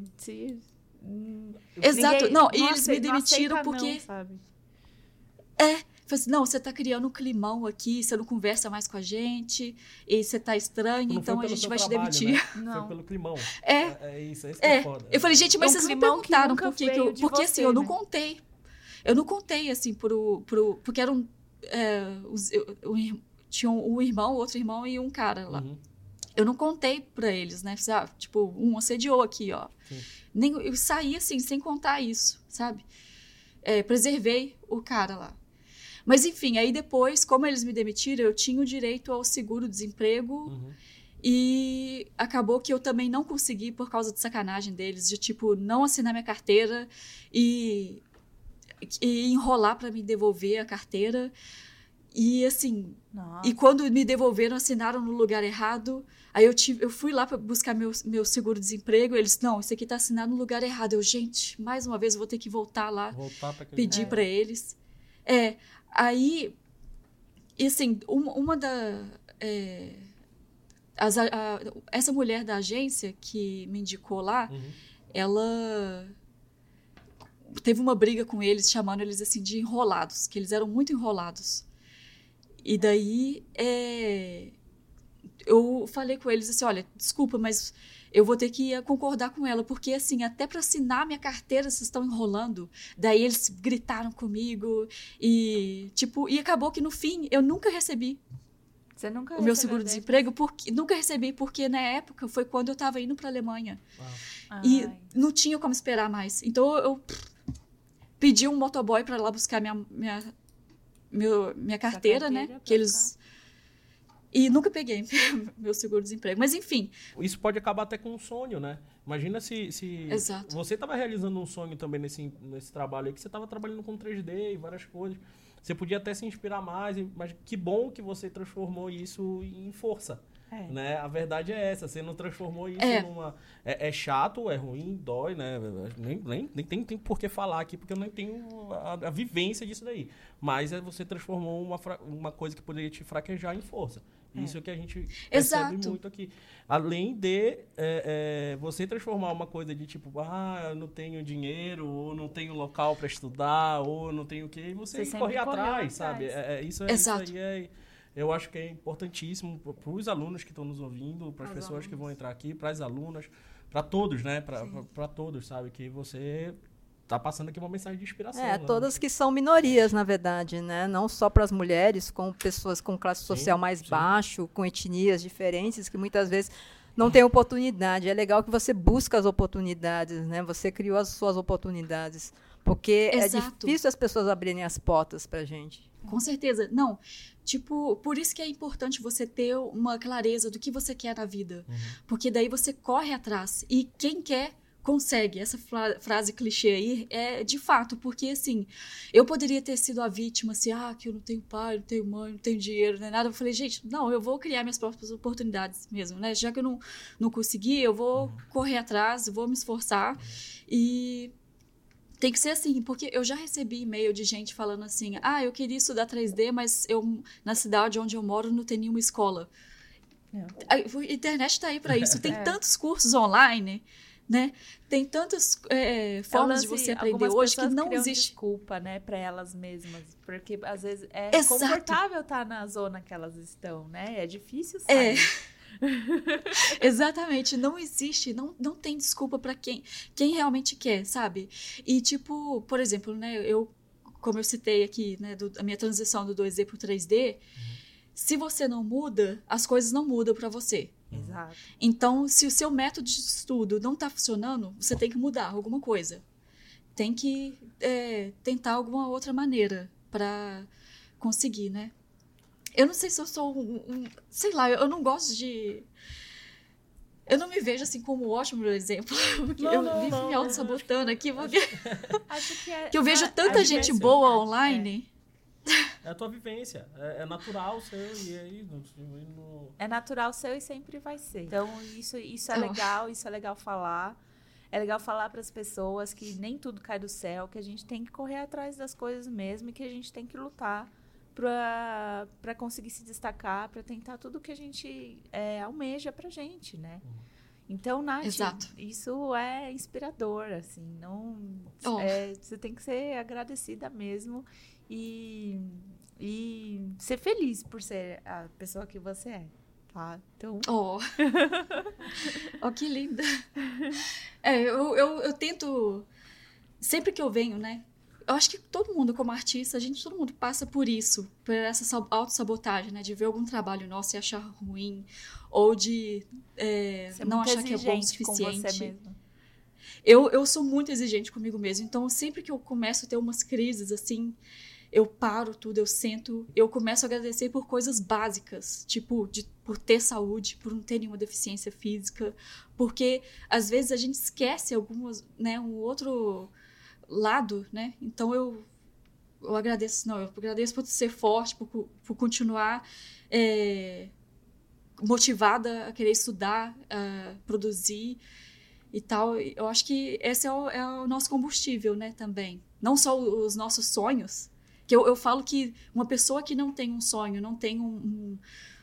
Exato. Não, e eles me não demitiram aceita porque... não, sabe? Falei assim, não, você tá criando um climão aqui, você não conversa mais com a gente, e você tá estranho, Não então foi a pelo gente seu vai te trabalho, demitir. né? Não. Foi pelo climão. É isso que é foda. Eu falei, gente, mas Um vocês não climão que perguntaram nunca por que veio eu... de Porque você, assim, eu não né? contei. Eu não contei, assim, porque eram... tinha um irmão, outro irmão e um cara lá. Eu não contei pra eles, né? Tipo, um assediou aqui, ó. Eu saí, assim, sem contar isso, sabe? Preservei o cara lá. Mas, enfim, aí depois, como eles me demitiram, eu tinha o direito ao seguro-desemprego e acabou que eu também não consegui por causa de sacanagem deles, de, tipo, não assinar minha carteira e enrolar pra me devolver a carteira. E, assim... Nossa. E quando me devolveram, assinaram no lugar errado. Aí eu fui lá para buscar meu seguro-desemprego. Eles, não, isso aqui tá assinado no lugar errado. Eu, gente, mais uma vez eu vou ter que voltar lá, pedir para eles. Aí, e assim, essa mulher da agência que me indicou lá, ela teve uma briga com eles, chamando eles assim de enrolados, que eles eram muito enrolados. E daí, eu falei com eles assim, olha, desculpa, mas eu vou ter que concordar com ela, porque assim, até para assinar minha carteira vocês estão enrolando. Daí eles gritaram comigo e, tipo, e acabou que no fim eu nunca recebi Você nunca o meu seguro-desemprego, nunca recebi, porque na época foi quando eu estava indo para a Alemanha. E não tinha como esperar mais. Então eu pedi um motoboy para lá buscar minha carteira, né? Que eles... E nunca peguei meu seguro-desemprego. Mas, enfim. Isso pode acabar até com um sonho, né? Imagina se Exato. você estava realizando um sonho também nesse trabalho aí, que você estava trabalhando com 3D e várias coisas. Você podia até se inspirar mais, mas que bom que você transformou isso em força. Né? A verdade é essa, você não transformou isso numa... É chato, é ruim, dói, né? Nem tem por que falar aqui, porque eu nem tenho a vivência disso daí. Mas você transformou uma coisa que poderia te fraquejar em força. Isso é que a gente percebe muito aqui. Além de você transformar uma coisa de tipo, eu não tenho dinheiro, ou não tenho local para estudar, ou não tenho o quê, e você correr atrás, sabe? Isso aí eu acho que é importantíssimo para os alunos que estão nos ouvindo, para as pessoas que vão entrar aqui, para as alunas, para todos, né? Para todos, sabe? Que você está passando aqui uma mensagem de inspiração. Né? Todas que são minorias, na verdade, né? Não só para as mulheres, com pessoas com classe social mais baixo, com etnias diferentes, que muitas vezes não têm oportunidade. É legal que você busca as oportunidades, né? Você criou as suas oportunidades. Porque é difícil as pessoas abrirem as portas para a gente. Com certeza. Não, Tipo, por isso que é importante você ter uma clareza do que você quer na vida. Porque daí você corre atrás. E quem quer, consegue. Essa frase clichê aí é de fato. Porque, assim, eu poderia ter sido a vítima, assim, que eu não tenho pai, não tenho mãe, não tenho dinheiro, nem nada. Eu falei, gente, não, eu vou criar minhas próprias oportunidades mesmo, né? Já que eu não consegui, eu vou correr atrás, vou me esforçar. E... tem que ser assim, porque eu já recebi e-mail de gente falando assim, eu queria estudar 3D, mas na cidade onde eu moro não tem nenhuma escola. A internet tá aí para isso. Tem tantos cursos online, né? Tem tantas formas de você aprender hoje que não existe desculpa, né, para elas mesmas, porque às vezes é Exato. confortável estar na zona que elas estão, né? É difícil sair. Exatamente, não existe, não tem desculpa pra quem realmente quer, sabe? E tipo, por exemplo, né, como eu citei aqui, né, a minha transição do 2D pro 3D, se você não muda, as coisas não mudam pra você. Exato. Então, se o seu método de estudo não tá funcionando, você tem que mudar alguma coisa. Tem que tentar alguma outra maneira pra conseguir, né? Eu não sei se eu sou sei lá, eu não gosto de... Eu não me vejo assim como um ótimo exemplo. Porque eu vivo me auto-sabotando aqui. Porque Acho que eu vejo tanta gente boa online. É a tua vivência. É natural seu e aí... É natural seu e sempre vai ser. Então, isso é legal, isso é legal falar. É legal falar para as pessoas que nem tudo cai do céu, que a gente tem que correr atrás das coisas mesmo e que a gente tem que lutar para conseguir se destacar, para tentar tudo que a gente almeja pra gente, né? Então, Nath, Exato. isso é inspirador, assim, não... você tem que ser agradecida mesmo e ser feliz por ser a pessoa que você é, tá? Então... que linda! Eu tento... Sempre que eu venho, né? Eu acho que todo mundo, como artista, todo mundo passa por isso, por essa autossabotagem, né? De ver algum trabalho nosso e achar ruim, ou de não achar que é bom o suficiente. Com você mesmo. Eu sou muito exigente comigo mesmo, então sempre que eu começo a ter umas crises, assim, eu paro tudo, eu sento, eu começo a agradecer por coisas básicas, tipo, por ter saúde, por não ter nenhuma deficiência física, porque às vezes a gente esquece algumas, né, um outro lado, né? Então eu agradeço, eu agradeço por ser forte, por continuar motivada a querer estudar, a produzir e tal. Eu acho que esse é o nosso combustível, né, também. Não só os nossos sonhos, que eu falo que uma pessoa que não tem um sonho, não tem um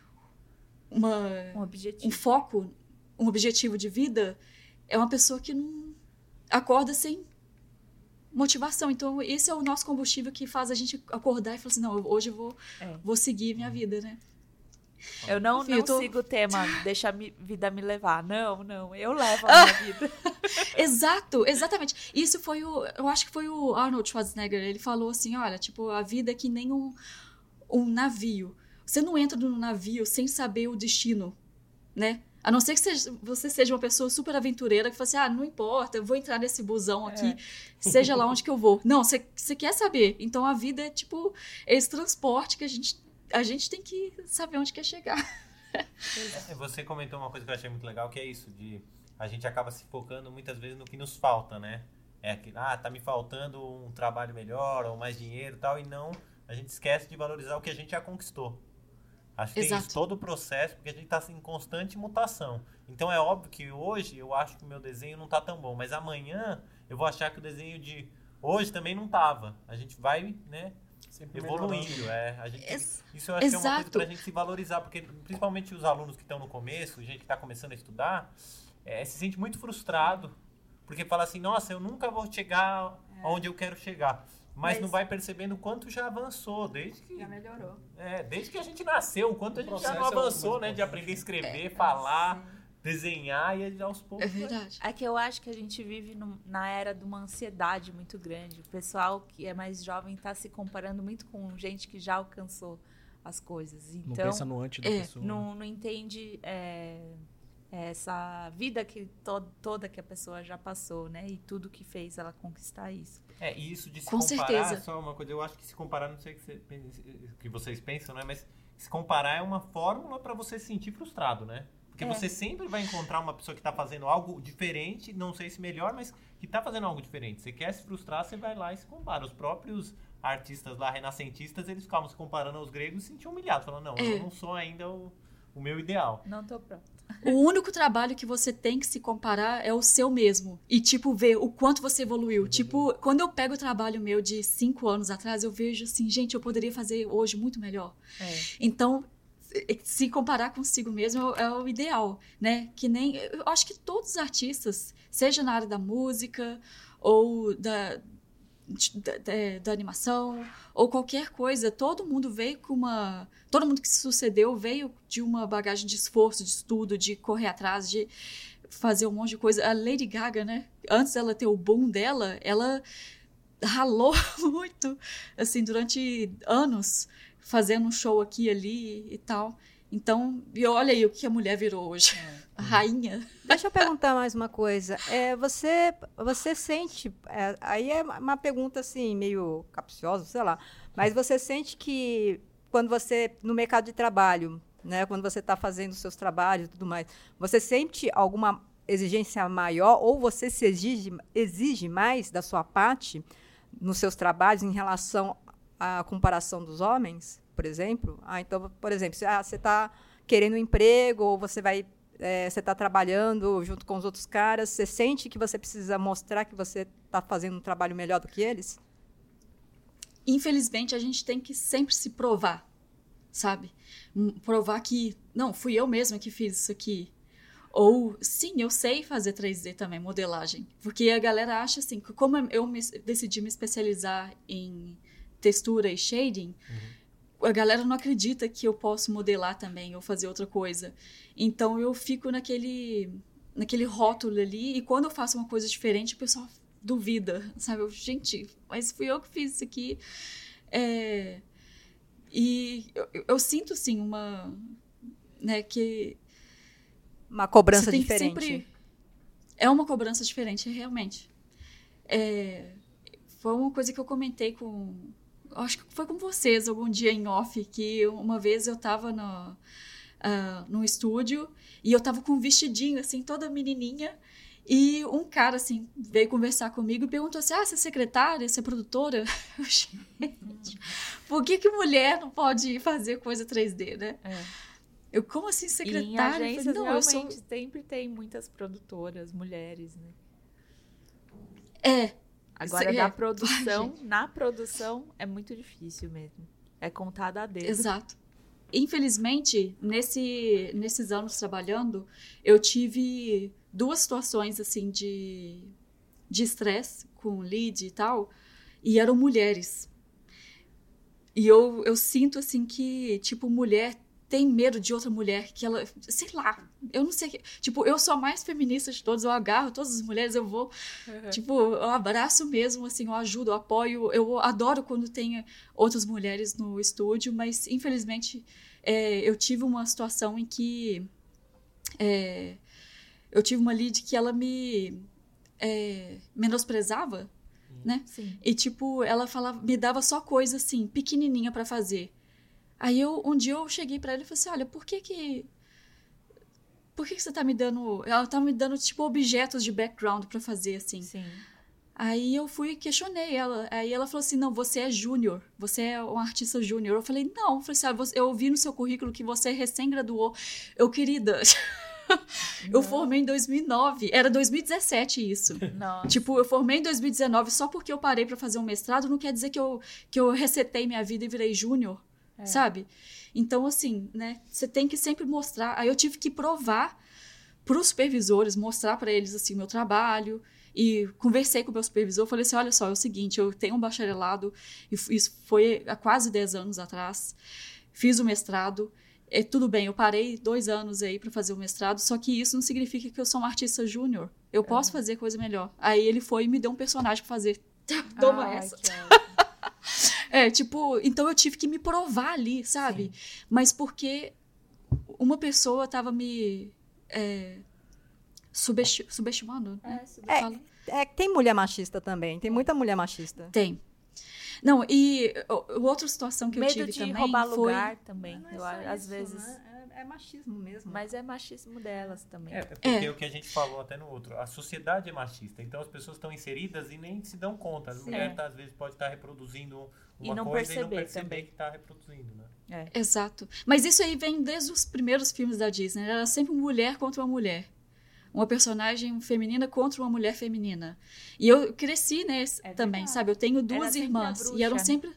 objetivo. Um foco, um objetivo de vida, é uma pessoa que não acorda sem motivação. Então, esse é o nosso combustível que faz a gente acordar e falar assim, não, hoje eu vou seguir minha vida, né? Eu não sigo o tema, deixa a vida me levar. Não, eu levo a minha vida. Exatamente. Isso foi eu acho que foi o Arnold Schwarzenegger, ele falou assim, olha, tipo, a vida é que nem um navio. Você não entra no navio sem saber o destino, né? A não ser que você seja uma pessoa super aventureira que fala assim, não importa, eu vou entrar nesse busão aqui, seja lá onde que eu vou. Não, você quer saber. Então, a vida é tipo esse transporte que a gente tem que saber onde quer chegar. Você comentou uma coisa que eu achei muito legal, que é isso, de a gente acaba se focando muitas vezes no que nos falta, né? É que, tá me faltando um trabalho melhor, ou mais dinheiro e tal, e não, a gente esquece de valorizar o que a gente já conquistou. Acho que tem isso, todo o processo, porque a gente está em constante mutação. Então é óbvio que hoje eu acho que o meu desenho não está tão bom, mas amanhã eu vou achar que o desenho de hoje também não estava. A gente vai, né, evoluindo. Isso eu acho que é uma coisa para a gente se valorizar, porque principalmente os alunos que estão no começo, gente que está começando a estudar, se sente muito frustrado, porque fala assim, nossa, eu nunca vou chegar onde eu quero chegar. Mas não vai percebendo o quanto já avançou, desde que... Já melhorou. Desde que a gente nasceu, o quanto a gente já não avançou, né? De aprender a escrever, falar, desenhar e aos poucos... É verdade. É que eu acho que a gente vive na era de uma ansiedade muito grande. O pessoal que é mais jovem está se comparando muito com gente que já alcançou as coisas. Então, não pensa no antes da pessoa. Não entende... essa vida que toda que a pessoa já passou, né? E tudo que fez ela conquistar isso. E isso de se Com comparar, certeza. só uma coisa, eu acho que se comparar, não sei o que vocês pensam, né? Mas se comparar é uma fórmula para você se sentir frustrado, né? Porque você sempre vai encontrar uma pessoa que tá fazendo algo diferente, não sei se melhor, mas que tá fazendo algo diferente. Você quer se frustrar, você vai lá e se compara. Os próprios artistas lá, renascentistas, eles ficavam se comparando aos gregos e se sentiam humilhados. Falando, não, eu não sou ainda o meu ideal. Não tô pronta. O único trabalho que você tem que se comparar é o seu mesmo. E, tipo, ver o quanto você evoluiu. Tipo, quando eu pego o trabalho meu de 5 anos atrás, eu vejo assim, gente, eu poderia fazer hoje muito melhor. Então, se comparar consigo mesmo é o ideal, né? Que nem... Eu acho que todos os artistas, seja na área da música ou da animação ou qualquer coisa, todo mundo veio com uma... Todo mundo que se sucedeu veio de uma bagagem de esforço, de estudo, de correr atrás, de fazer um monte de coisa. A Lady Gaga, né? Antes dela ter o boom dela, ela ralou muito, assim, durante anos, fazendo um show aqui e ali e tal. Então, e olha aí o que a mulher virou hoje. A rainha. Deixa eu perguntar mais uma coisa. Você sente... aí é uma pergunta, assim, meio capciosa, sei lá. Mas você sente que quando você... No mercado de trabalho, né? Quando você está fazendo os seus trabalhos e tudo mais, você sente alguma exigência maior ou você se exige mais da sua parte nos seus trabalhos em relação à comparação dos homens, por exemplo? Então, por exemplo, você está querendo um emprego ou você está trabalhando junto com os outros caras, você sente que você precisa mostrar que você está fazendo um trabalho melhor do que eles? Infelizmente, a gente tem que sempre se provar, sabe? Provar que, não, fui eu mesma que fiz isso aqui. Ou, sim, eu sei fazer 3D também, modelagem. Porque a galera acha assim, que como eu decidi me especializar em textura e shading, a galera não acredita que eu posso modelar também ou fazer outra coisa. Então, eu fico naquele rótulo ali, e quando eu faço uma coisa diferente, o pessoal duvida, sabe? Gente, mas fui eu que fiz isso aqui. E eu sinto, assim, uma... Né, que... Uma cobrança tem diferente. Sempre... É uma cobrança diferente, realmente. Foi uma coisa que eu comentei com... Acho que foi com vocês algum dia em off, que uma vez eu tava no estúdio e eu tava com um vestidinho, assim, toda menininha, e um cara, assim, veio conversar comigo e perguntou assim, você é secretária, você é produtora? Eu, gente, por que mulher não pode fazer coisa 3D, né? Eu, como assim, secretária? E em agências, eu falei, não, realmente, sempre tem muitas produtoras, mulheres, né? Agora, na produção, é muito difícil mesmo. É contada a dedo. Exato. Infelizmente, nesses anos trabalhando, eu tive 2 situações, assim, de estresse com lead e tal, e eram mulheres. E eu sinto, assim, que, tipo, mulher tem medo de outra mulher, que ela, sei lá, eu não sei, tipo, eu sou a mais feminista de todas, eu agarro todas as mulheres, eu vou, tipo, eu abraço mesmo, assim, eu ajudo, eu apoio, eu adoro quando tem outras mulheres no estúdio, mas, infelizmente, eu tive uma situação em que eu tive uma lead que ela me menosprezava, né? Sim. E, tipo, ela me dava só coisa, assim, pequenininha pra fazer. Aí um dia eu cheguei pra ela e falei assim, olha, por que você tá me dando... Ela tá me dando, tipo, objetos de background pra fazer, assim. Sim. Aí eu fui e questionei ela. Aí ela falou assim, não, você é júnior. Você é um artista júnior. Eu falei, não. Eu falei assim, eu vi no seu currículo que você recém-graduou. Eu, querida... Eu formei em 2009. Era 2017 isso. Nossa. Tipo, eu formei em 2019 só porque eu parei pra fazer um mestrado. Não quer dizer que eu resetei minha vida e virei júnior. Sabe? Então, assim, né? Você tem que sempre mostrar. Aí eu tive que provar pros supervisores, mostrar pra eles, assim, o meu trabalho. E conversei com o meu supervisor. Falei assim, olha só, é o seguinte, eu tenho um bacharelado. Isso foi há quase 10 anos atrás. Fiz o mestrado. Tudo bem, eu parei 2 anos aí pra fazer o mestrado. Só que isso não significa que eu sou um artista júnior. Eu posso fazer coisa melhor. Aí ele foi e me deu um personagem pra fazer. Toma essa. Tipo, então eu tive que me provar ali, sabe? Sim. Mas porque uma pessoa tava me subestimando. Né? Fala. Tem mulher machista também. Tem muita mulher machista. Tem. Não, e outra situação que eu tive também Medo de roubar foi... lugar também. Às vezes... É machismo mesmo. Mas é machismo delas também. Porque o que a gente falou até no outro, a sociedade é machista, então as pessoas estão inseridas e nem se dão conta. A mulher às vezes pode estar reproduzindo uma coisa e não perceber também. que está reproduzindo, né? Exato. Mas isso aí vem desde os primeiros filmes da Disney. Era sempre mulher contra uma mulher. Uma personagem feminina contra uma mulher feminina. E eu cresci também, sabe? Eu tenho duas irmãs. E eram sempre...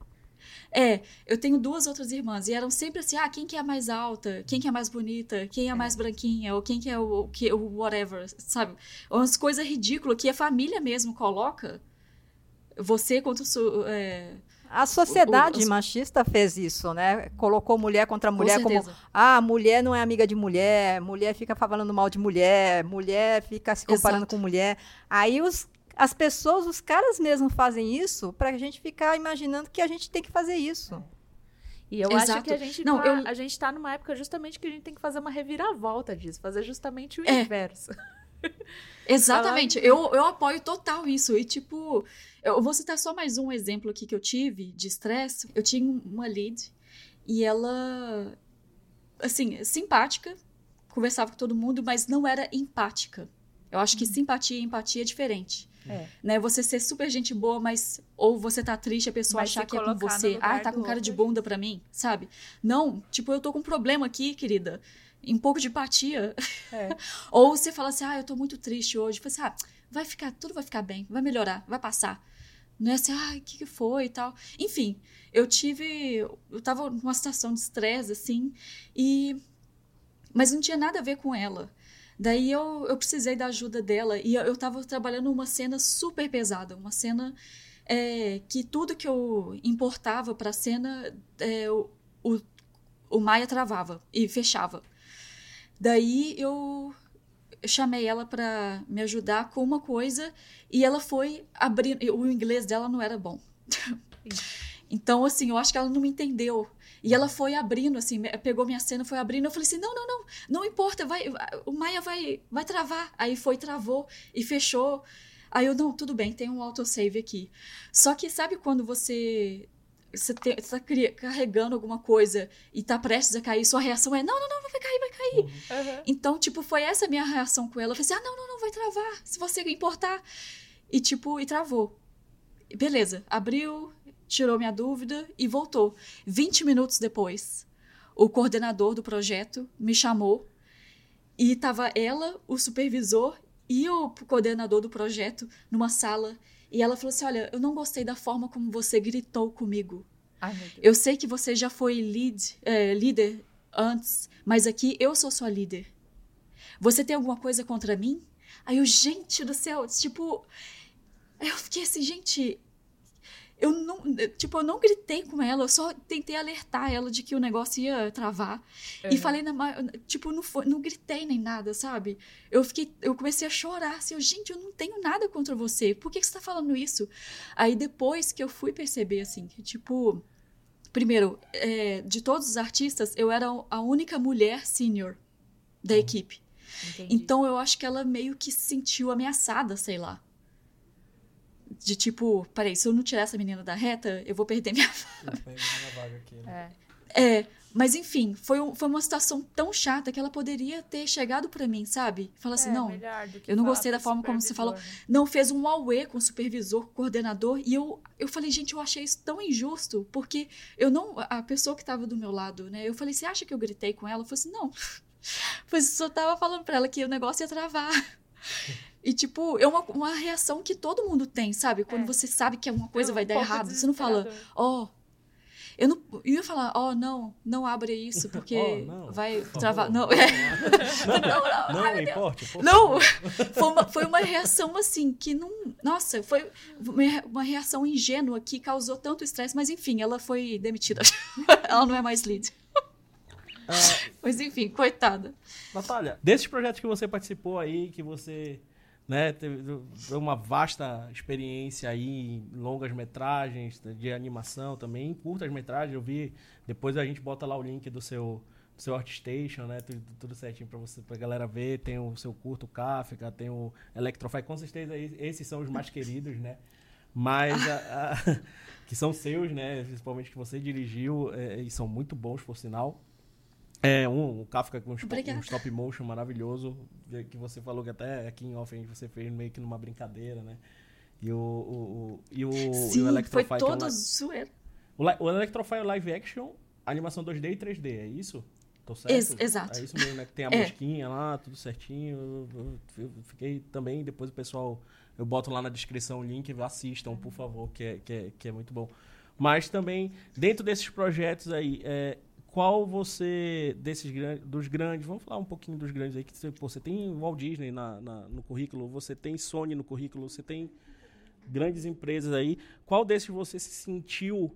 eu tenho duas outras irmãs. E eram sempre assim, quem que é a mais alta? Quem que é a mais bonita? Quem é a mais branquinha? Ou quem que é o whatever, sabe? Umas coisas ridículas que a família mesmo coloca. Você contra o... A sociedade machista fez isso, né? Colocou mulher contra mulher como... mulher não é amiga de mulher, mulher fica falando mal de mulher, mulher fica se comparando com mulher. Aí as pessoas, os caras mesmo fazem isso pra gente ficar imaginando que a gente tem que fazer isso. E eu acho que a gente tá numa época justamente que a gente tem que fazer uma reviravolta disso, fazer justamente o inverso. Exatamente, eu apoio total isso. E tipo, eu vou citar só mais um exemplo aqui que eu tive de estresse. Eu tinha uma lead e ela, assim, simpática, conversava com todo mundo, mas não era empática. Eu acho que simpatia e empatia é diferente. Né? Você ser super gente boa, mas ou você tá triste, a pessoa achar que é com você. Tá com cara de bunda pra mim, sabe? Não, tipo, eu tô com um problema aqui, querida. Um pouco de empatia. Ou você fala assim, eu tô muito triste hoje. Você fala assim, tudo vai ficar bem, vai melhorar, vai passar. Não é assim, o que foi e tal. Enfim, eu tava numa situação de estresse, assim, mas não tinha nada a ver com ela. Daí eu precisei da ajuda dela e eu tava trabalhando uma cena super pesada, uma cena que tudo que eu importava pra cena, o Maia travava e fechava. Daí eu chamei ela para me ajudar com uma coisa e ela foi abrindo. O inglês dela não era bom. Então, assim, eu acho que ela não me entendeu. E ela foi abrindo, assim, pegou minha cena, foi abrindo. Eu falei assim, não importa, o Maia vai travar. Aí travou e fechou. Aí eu, não, tudo bem, tem um autosave aqui. Só que sabe quando você tá carregando alguma coisa e tá prestes a cair, sua reação é, não, vai cair. Uhum. Então, tipo, foi essa a minha reação com ela. Eu falei assim, não, vai travar, se você importar. E, tipo, travou. Beleza, abriu, tirou minha dúvida e voltou. 20 minutos depois, o coordenador do projeto me chamou e tava ela, o supervisor e o coordenador do projeto numa sala. E ela falou assim, olha, eu não gostei da forma como você gritou comigo. Ai, meu Deus. Eu sei que você já foi líder antes, mas aqui eu sou sua líder. Você tem alguma coisa contra mim? Aí eu, gente do céu, tipo... Eu fiquei assim, gente... Eu não gritei com ela, eu só tentei alertar ela de que o negócio ia travar. Uhum. E falei, não gritei nem nada, sabe? Eu comecei a chorar, assim, gente, eu não tenho nada contra você, por que você tá falando isso? Aí depois que eu fui perceber, assim, que tipo... Primeiro, de todos os artistas, eu era a única mulher sênior da equipe. Entendi. Então eu acho que ela meio que se sentiu ameaçada, sei lá. De tipo, peraí, se eu não tirar essa menina da reta, eu vou perder minha vaga aqui, né? Mas enfim, foi uma situação tão chata que ela poderia ter chegado pra mim, sabe? Falar assim, não, eu não gostei da forma como você falou. Não, fez um auê com o supervisor, com o coordenador, e eu falei, gente, eu achei isso tão injusto, porque a pessoa que tava do meu lado, né, eu falei, você acha que eu gritei com ela? Eu falei assim, não, pois eu só tava falando pra ela que o negócio ia travar. E, tipo, é uma reação que todo mundo tem, sabe? Quando você sabe que alguma coisa vai dar errado. Você não fala, eu ia falar, não abre isso, porque vai travar. Não, não importa. Não, foi uma reação assim, que não... Nossa, foi uma reação ingênua que causou tanto estresse, mas enfim, ela foi demitida. Ela não é mais lead. Mas enfim, coitada. Natália, desses projetos que você participou aí, que você... né, teve uma vasta experiência aí em longas metragens, de animação também, em curtas metragens, eu vi, depois a gente bota lá o link do seu ArtStation, né? Tudo certinho pra galera ver. Tem o seu curto Kafka, tem o Electrofy. Com certeza esses são os mais queridos, né? Mas que são seus, né? Principalmente que você dirigiu, e são muito bons, por sinal. Um Kafka com um stop motion maravilhoso, que você falou que até aqui em off você fez meio que numa brincadeira, né? E o Electrofy, foi todo zoeiro. O Electrofy live action, animação 2D e 3D, é isso? Tô certo? Exato. É isso mesmo, né? Que tem a mosquinha lá, tudo certinho. Eu fiquei também, depois o pessoal... Eu boto lá na descrição o link, assistam, por favor, que é muito bom. Mas também, dentro desses projetos aí, qual você, dos grandes, vamos falar um pouquinho dos grandes aí, que você tem Walt Disney no currículo, você tem Sony no currículo, você tem grandes empresas aí. Qual desses você se sentiu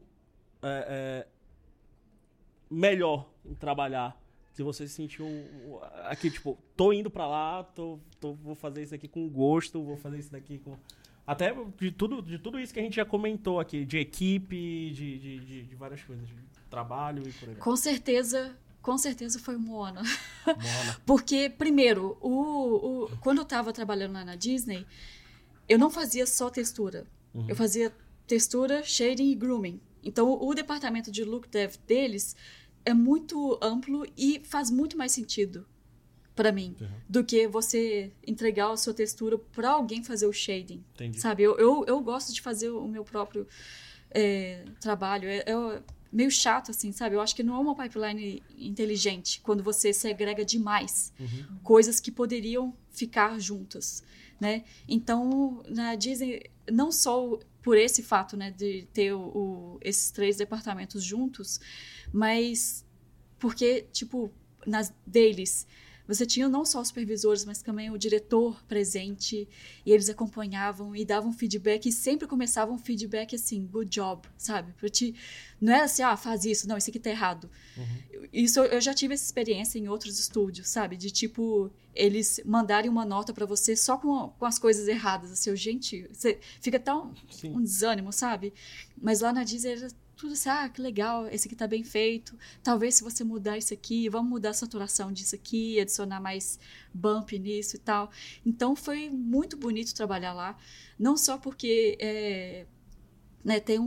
melhor em trabalhar? Se você se sentiu aqui, tipo, tô indo pra lá, vou fazer isso aqui com gosto, vou fazer isso daqui com... Até de tudo isso que a gente já comentou aqui, de equipe, de várias coisas, de trabalho e por aí. Com certeza foi o Moana. Porque, primeiro, quando eu tava trabalhando lá na Disney, eu não fazia só textura. Uhum. Eu fazia textura, shading e grooming. Então, o departamento de look dev deles é muito amplo e faz muito mais sentido para mim do que você entregar a sua textura para alguém fazer o shading. Entendi. Sabe? Eu gosto de fazer o meu próprio trabalho. É meio chato, assim, sabe? Eu acho que não é uma pipeline inteligente quando você segrega demais coisas que poderiam ficar juntas, né? Então, na Disney, não só por esse fato, né, de ter esses 3 departamentos juntos, mas porque, tipo, nas dailies, você tinha não só os supervisores, mas também o diretor presente, e eles acompanhavam e davam feedback, e sempre começavam um feedback assim, good job, sabe? Não era assim, faz isso, não, isso aqui tá errado. Isso, eu já tive essa experiência em outros estúdios, sabe? De, tipo, eles mandarem uma nota pra você só com as coisas erradas, assim, gente, você fica tão um desânimo, sabe? Mas lá na Disney era tudo assim, que legal, esse aqui tá bem feito. Talvez se você mudar isso aqui, vamos mudar a saturação disso aqui, adicionar mais bump nisso e tal. Então foi muito bonito trabalhar lá. Não só porque tem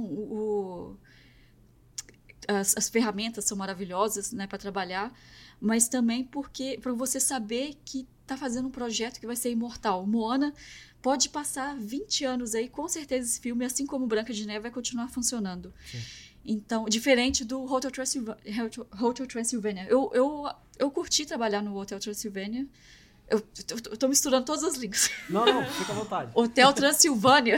as ferramentas são maravilhosas, né, para trabalhar, mas também porque para você saber que tá fazendo um projeto que vai ser imortal. Moana pode passar 20 anos aí, com certeza esse filme, assim como Branca de Neve, vai continuar funcionando. Sim. Então, diferente do Hotel Transylvania. Eu curti trabalhar no Hotel Transylvania. Eu tô misturando todas as línguas. Não, fica à vontade. Hotel Transilvânia.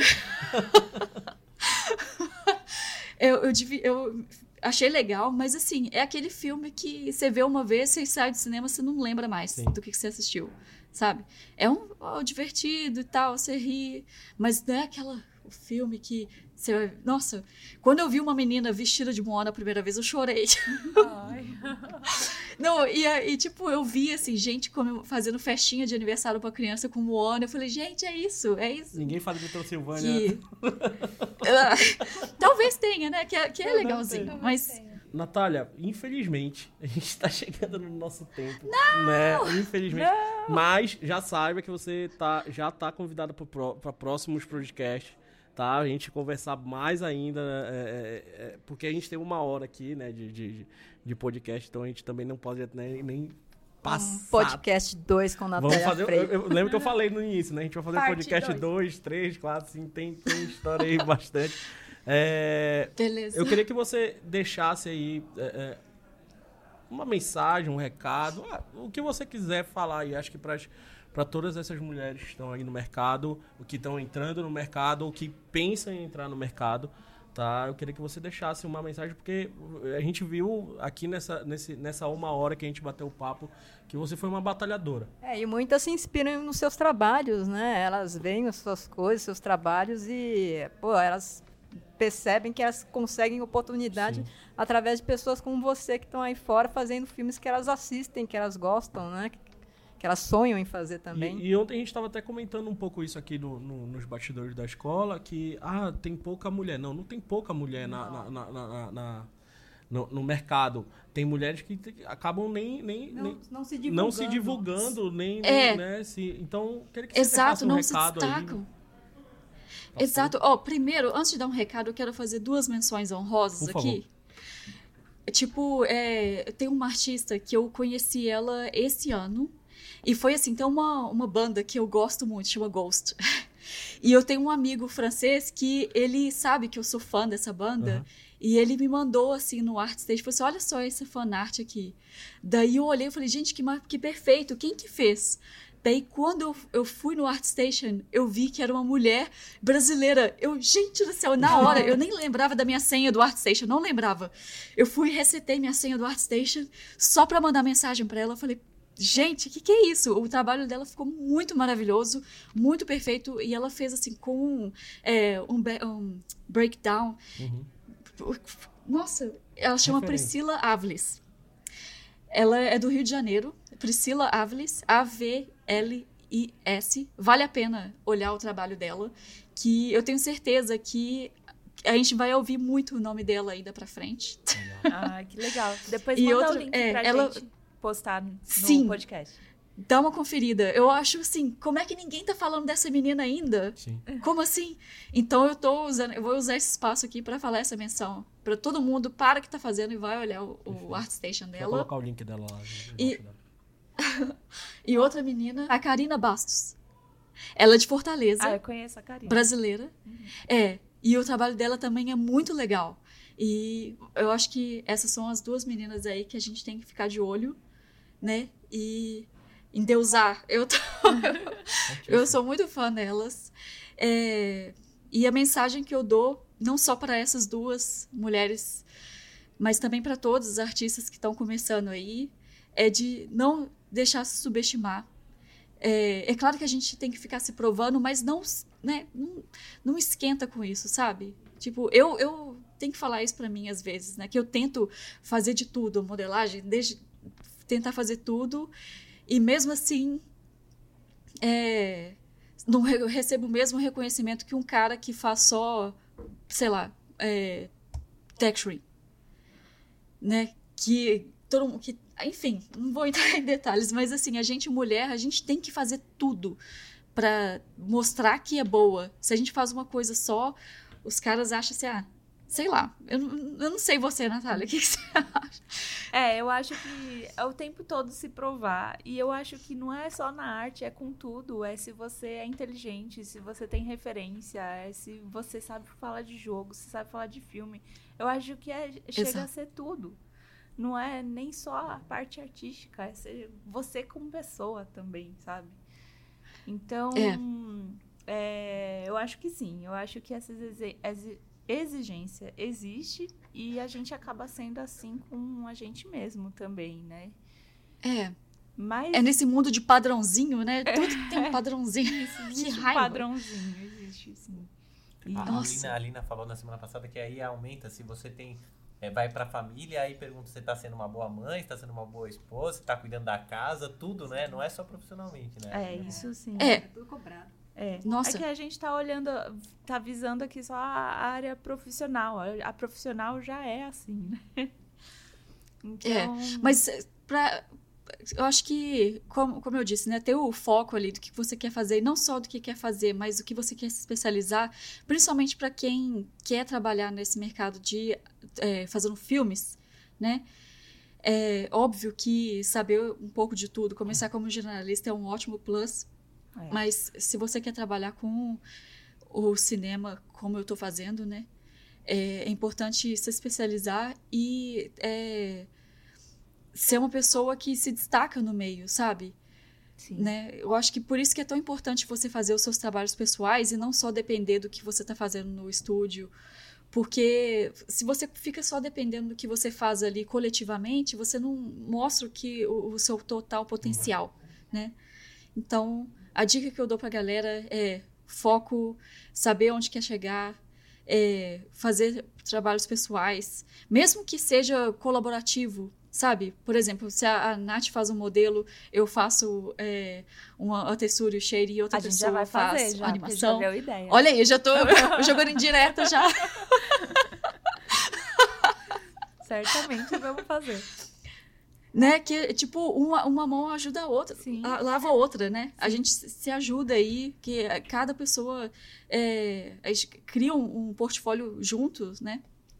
eu achei legal, mas assim, é aquele filme que você vê uma vez, você sai do cinema, você não lembra mais do que você assistiu, sabe? É divertido e tal, você ri, mas não é o filme que você vai... Nossa, quando eu vi uma menina vestida de Moana a primeira vez, eu chorei. Ai. Não, e tipo, eu vi assim, gente fazendo festinha de aniversário pra criança com Moana, eu falei, gente, é isso. Ninguém fala de Transilvânia. Talvez tenha, né? Que é legalzinho, mas... Natália, infelizmente, a gente está chegando no nosso tempo. Não! Né? Infelizmente. Não! Mas já saiba que você já está convidada para próximos podcasts, tá? A gente conversar mais ainda, porque a gente tem 1 hora aqui, né, de podcast, então a gente também não pode nem passar. Podcast 2 com Natália Freire. Eu lembro que eu falei no início, né? A gente vai fazer podcast 2, 3, 4, assim, tem história aí bastante. Beleza. Eu queria que você deixasse aí uma mensagem, um recado, o que você quiser falar aí. Acho que para todas essas mulheres que estão aí no mercado, o que estão entrando no mercado, ou que pensam em entrar no mercado, tá? Eu queria que você deixasse uma mensagem, porque a gente viu aqui nessa 1 hora que a gente bateu o papo, que você foi uma batalhadora. E muitas se inspiram nos seus trabalhos, né? Elas veem as suas coisas, seus trabalhos e, elas percebem que elas conseguem oportunidade através de pessoas como você que estão aí fora fazendo filmes que elas assistem, que elas gostam, né? Que elas sonham em fazer também. E ontem a gente estava até comentando um pouco isso aqui nos bastidores da escola, que tem pouca mulher. Não tem pouca mulher no mercado. Tem mulheres que acabam Não se não se divulgando, nem né? Então, queria que você Exato, deixasse um não se recado destacam. aí. Exato. Primeiro, antes de dar um recado, eu quero fazer 2 menções honrosas Por favor. aqui. Tipo, tem uma artista que eu conheci ela esse ano. E foi assim, tem uma banda que eu gosto muito, chama Ghost. E eu tenho um amigo francês que ele sabe que eu sou fã dessa banda. Uhum. E ele me mandou, assim, no ArtStation, falou assim, olha só essa fanart aqui. Daí eu olhei e falei, gente, que perfeito, quem que fez? Daí, quando eu fui no ArtStation, eu vi que era uma mulher brasileira. Gente do céu, na hora, eu nem lembrava da minha senha do ArtStation, não lembrava. Eu fui e resetei minha senha do ArtStation só pra mandar mensagem pra ela. Eu falei, gente, o que é isso? O trabalho dela ficou muito maravilhoso, muito perfeito. E ela fez, assim, com um breakdown. Uhum. Nossa, ela chama Referência. Priscila Avelis. Ela é do Rio de Janeiro. Priscila Avelis, Avlis. Vale a pena olhar o trabalho dela, que eu tenho certeza que a gente vai ouvir muito o nome dela ainda pra frente. Ah, que legal. Depois E manda outra- o link é, pra ela- gente postar no Sim. podcast. Dá uma conferida. Eu acho assim, como é que ninguém tá falando dessa menina ainda? Sim. Como assim? Então eu vou usar esse espaço aqui pra falar essa menção. Pra todo mundo, para o que tá fazendo e vai olhar o ArtStation Vou dela. colocar o link dela lá. E- embaixo dela. E outra menina, a Karina Bastos. Ela é de Fortaleza, Eu conheço a Karina. brasileira. E o trabalho dela também é muito legal. E eu acho que essas são as 2 meninas aí que a gente tem que ficar de olho, né? E endeusar. Eu sou muito fã delas. E a mensagem que eu dou, não só para essas 2 mulheres, mas também para todos os artistas que estão começando aí, é de não deixar se subestimar. É claro que a gente tem que ficar se provando, mas não esquenta com isso, sabe? Tipo, eu tenho que falar isso pra mim às vezes, né? Que eu tento fazer de tudo, modelagem, tentar fazer tudo, e mesmo assim não recebo o mesmo reconhecimento que um cara que faz só, sei lá, texturing, né? Que todo mundo... Enfim, não vou entrar em detalhes, mas assim, a gente mulher, a gente tem que fazer tudo pra mostrar que é boa. Se a gente faz uma coisa só, os caras acham assim, sei lá, eu não sei você, Natália, o que você acha? Eu acho que é o tempo todo se provar. E eu acho que não é só na arte, é com tudo. É se você é inteligente, se você tem referência, é se você sabe falar de jogo, se sabe falar de filme. Eu acho que chega Exato. a ser tudo. Não é nem só a parte artística, é ser você como pessoa também, sabe? Então, eu acho que sim. Eu acho que essa exigência existe e a gente acaba sendo assim com a gente mesmo também, né? Mas Nesse mundo de padrãozinho, né? Tudo tem um padrãozinho. existe Que um raiva. padrãozinho, existe sim. E- Nossa. A Lina falou na semana passada que aí aumenta se você tem... vai pra família, aí pergunta se você tá sendo uma boa mãe, se tá sendo uma boa esposa, se tá cuidando da casa, tudo, né? Não é só profissionalmente, né? isso sim. Tudo cobrado. Nossa. É que a gente tá olhando, tá visando aqui só a área profissional. A profissional já é assim, né? Então, Mas eu acho que, como eu disse, né, ter o foco ali do que você quer fazer, e não só do que quer fazer, mas do que você quer se especializar, principalmente para quem quer trabalhar nesse mercado de fazendo filmes, né? É óbvio que saber um pouco de tudo, começar como jornalista é um ótimo plus, mas se você quer trabalhar com o cinema, como eu estou fazendo, né? É importante se especializar e ser uma pessoa que se destaca no meio, sabe? sim. Né? Eu acho que por isso que é tão importante você fazer os seus trabalhos pessoais e não só depender do que você está fazendo no estúdio. Porque se você fica só dependendo do que você faz ali coletivamente, você não mostra o seu total potencial, né? Então, a dica que eu dou pra galera é foco, saber onde quer chegar, fazer trabalhos pessoais, mesmo que seja colaborativo, sabe? Por exemplo, se a Nath faz um modelo, eu faço uma textura e o shade e outra A gente pessoa já vai faz fazer, já, a porque animação. já deu ideia. Olha aí, eu já tô jogando em direta já. Você Certamente vamos fazer. Né? Que, tipo, uma mão ajuda a outra, Sim. lava a outra, né? A gente se ajuda aí, que cada pessoa a gente cria um portfólio juntos, né?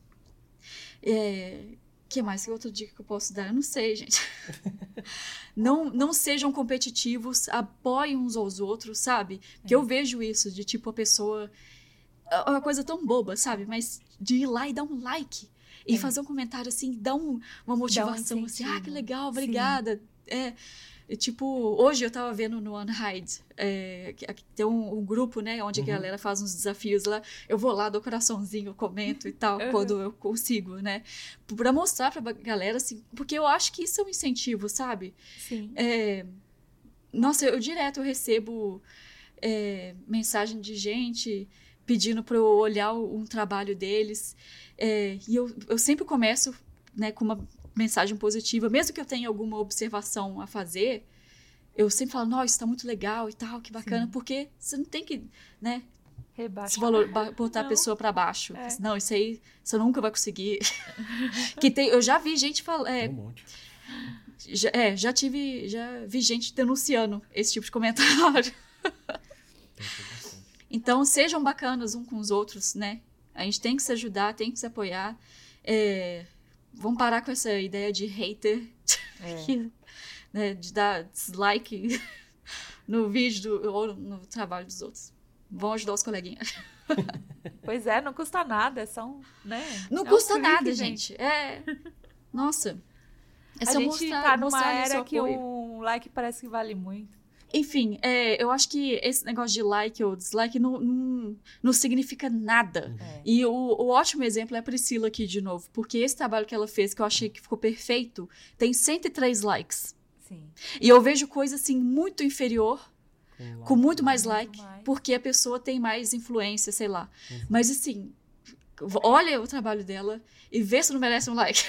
Que mais? Que outra dica que eu posso dar? Eu não sei, gente. Não sejam competitivos, apoiem uns aos outros, sabe? Porque eu vejo isso, de tipo, a pessoa... É uma coisa tão boba, sabe? Mas de ir lá e dar um like. E fazer um comentário assim, dar uma motivação, assim, que legal, obrigada. Tipo, hoje eu tava vendo no Unhide, que tem um grupo, né, onde a galera faz uns desafios lá. Eu vou lá, dou coraçãozinho, comento e tal, quando eu consigo, né? Pra mostrar pra galera, assim, porque eu acho que isso é um incentivo, sabe? Sim. Nossa, eu direto recebo mensagem de gente pedindo pra eu olhar um trabalho deles. E eu sempre começo, né, com uma mensagem positiva, mesmo que eu tenha alguma observação a fazer, eu sempre falo, nossa, isso tá muito legal e tal, que bacana, porque você não tem que, né, botar a pessoa pra baixo. Não, isso aí você nunca vai conseguir. Eu já vi gente falar... Tem um monte. Já vi gente denunciando esse tipo de comentário. Então, sejam bacanas uns com os outros, né? A gente tem que se ajudar, tem que se apoiar. Vamos parar com essa ideia de hater, né, de dar dislike no vídeo ou no trabalho dos outros. Vão ajudar os coleguinhas. Pois não custa nada, é só um... Né? Não custa clique, nada, gente. Nossa. A gente tá numa era que um like parece que vale muito. Enfim, eu acho que esse negócio de like ou dislike não significa nada. E o ótimo exemplo é a Priscila aqui de novo, porque esse trabalho que ela fez, que eu achei que ficou perfeito, tem 103 likes. Sim. E eu vejo coisa assim muito inferior, com muito mais like, porque a pessoa tem mais influência, sei lá. Mas assim, olha o trabalho dela e vê se não merece um like.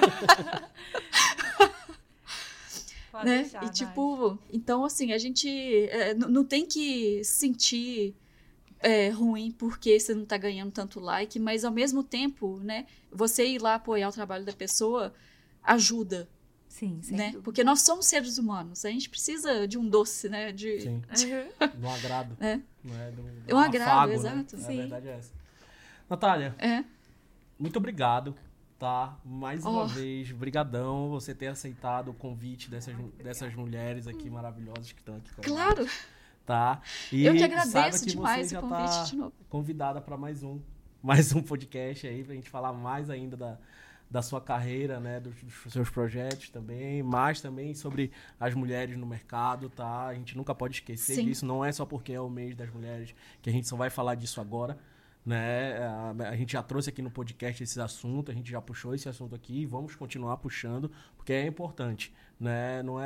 Né? Deixar, e tipo, então assim, a gente não tem que sentir ruim porque você não tá ganhando tanto like, mas ao mesmo tempo, né, você ir lá apoiar o trabalho da pessoa ajuda. Sim, né? Porque nós somos seres humanos, a gente precisa de um doce, né? Sim. Do agrado. Não é um agrado, afago, exato. Né? A verdade é essa. Natália, muito obrigado. Tá? Mais uma vez, brigadão você ter aceitado o convite dessas mulheres aqui maravilhosas que estão aqui com a gente. Claro! Tá? E eu que agradeço que demais você já o convite tá de novo. Convidada para mais um podcast aí, pra gente falar mais ainda da sua carreira, né? Dos seus projetos também, mas também sobre as mulheres no mercado, tá? A gente nunca pode esquecer disso, não é só porque é o mês das mulheres que a gente só vai falar disso agora. Né? A gente já trouxe aqui no podcast esse assunto, a gente já puxou esse assunto aqui e vamos continuar puxando, porque é importante, né? Não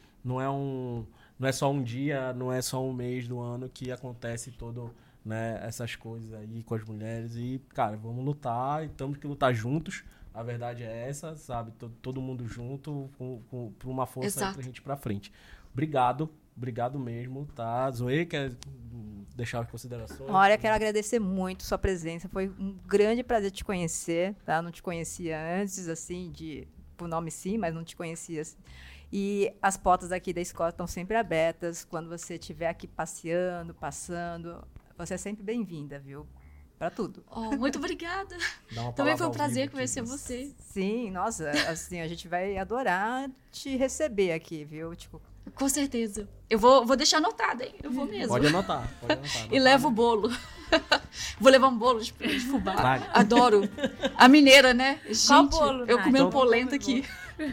é só um dia, não é só um mês do ano que acontece né, essas coisas aí com as mulheres e, cara, vamos lutar e temos que lutar juntos, a verdade é essa, sabe? Todo mundo junto, por uma força pra gente ir pra frente. Obrigado mesmo, tá? Zoe, quer deixar as considerações? Olha, quero agradecer muito sua presença. Foi um grande prazer te conhecer, tá? Não te conhecia antes, assim, por nome sim, mas não te conhecia. E as portas aqui da escola estão sempre abertas. Quando você estiver aqui passando, você é sempre bem-vinda, viu? Para tudo. Muito obrigada. Também foi um prazer conhecer você. Sim, nossa, assim, a gente vai adorar te receber aqui, viu? Tipo, com certeza. Eu vou deixar anotado, hein? Eu vou mesmo. Pode anotar. E levo o bolo. Vou levar um bolo de fubá. Vai. Adoro. A mineira, né? Gente, qual bolo, eu Nath? comendo polenta aqui.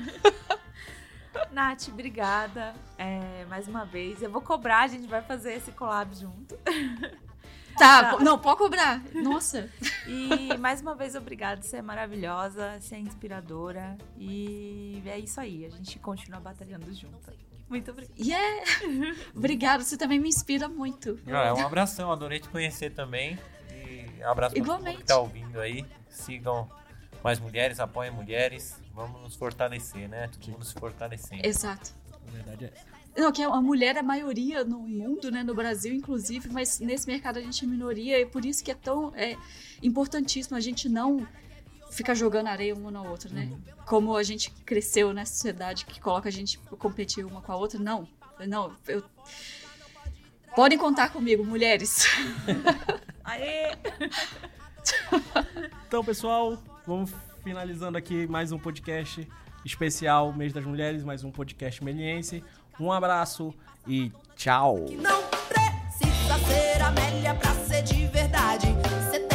Nath, obrigada mais uma vez. Eu vou cobrar, a gente vai fazer esse collab junto. Tá, não, pode cobrar. Nossa. E mais uma vez, obrigada. Você é maravilhosa, você é inspiradora. E é isso aí, a gente continua batalhando junto. Muito obrigada. Obrigada, você também me inspira muito. Um abração, adorei te conhecer também. E abraço para todo mundo que tá ouvindo aí. Sigam mais mulheres, apoiem mulheres. Vamos nos fortalecer, né? Todo mundo se fortalecendo. Exato. A verdade é essa. Não, que a mulher é a maioria no mundo, né, no Brasil inclusive, mas nesse mercado a gente é minoria e por isso que é tão importantíssimo a gente não ficar jogando areia uma na outra, né? Como a gente cresceu nessa sociedade que coloca a gente competir uma com a outra, não. Podem contar comigo, mulheres. Aê! Então, pessoal, vamos finalizando aqui mais um podcast especial Mês das Mulheres, mais um podcast meliense. Um abraço e tchau! Não precisa ser Amélia pra ser de verdade. Cê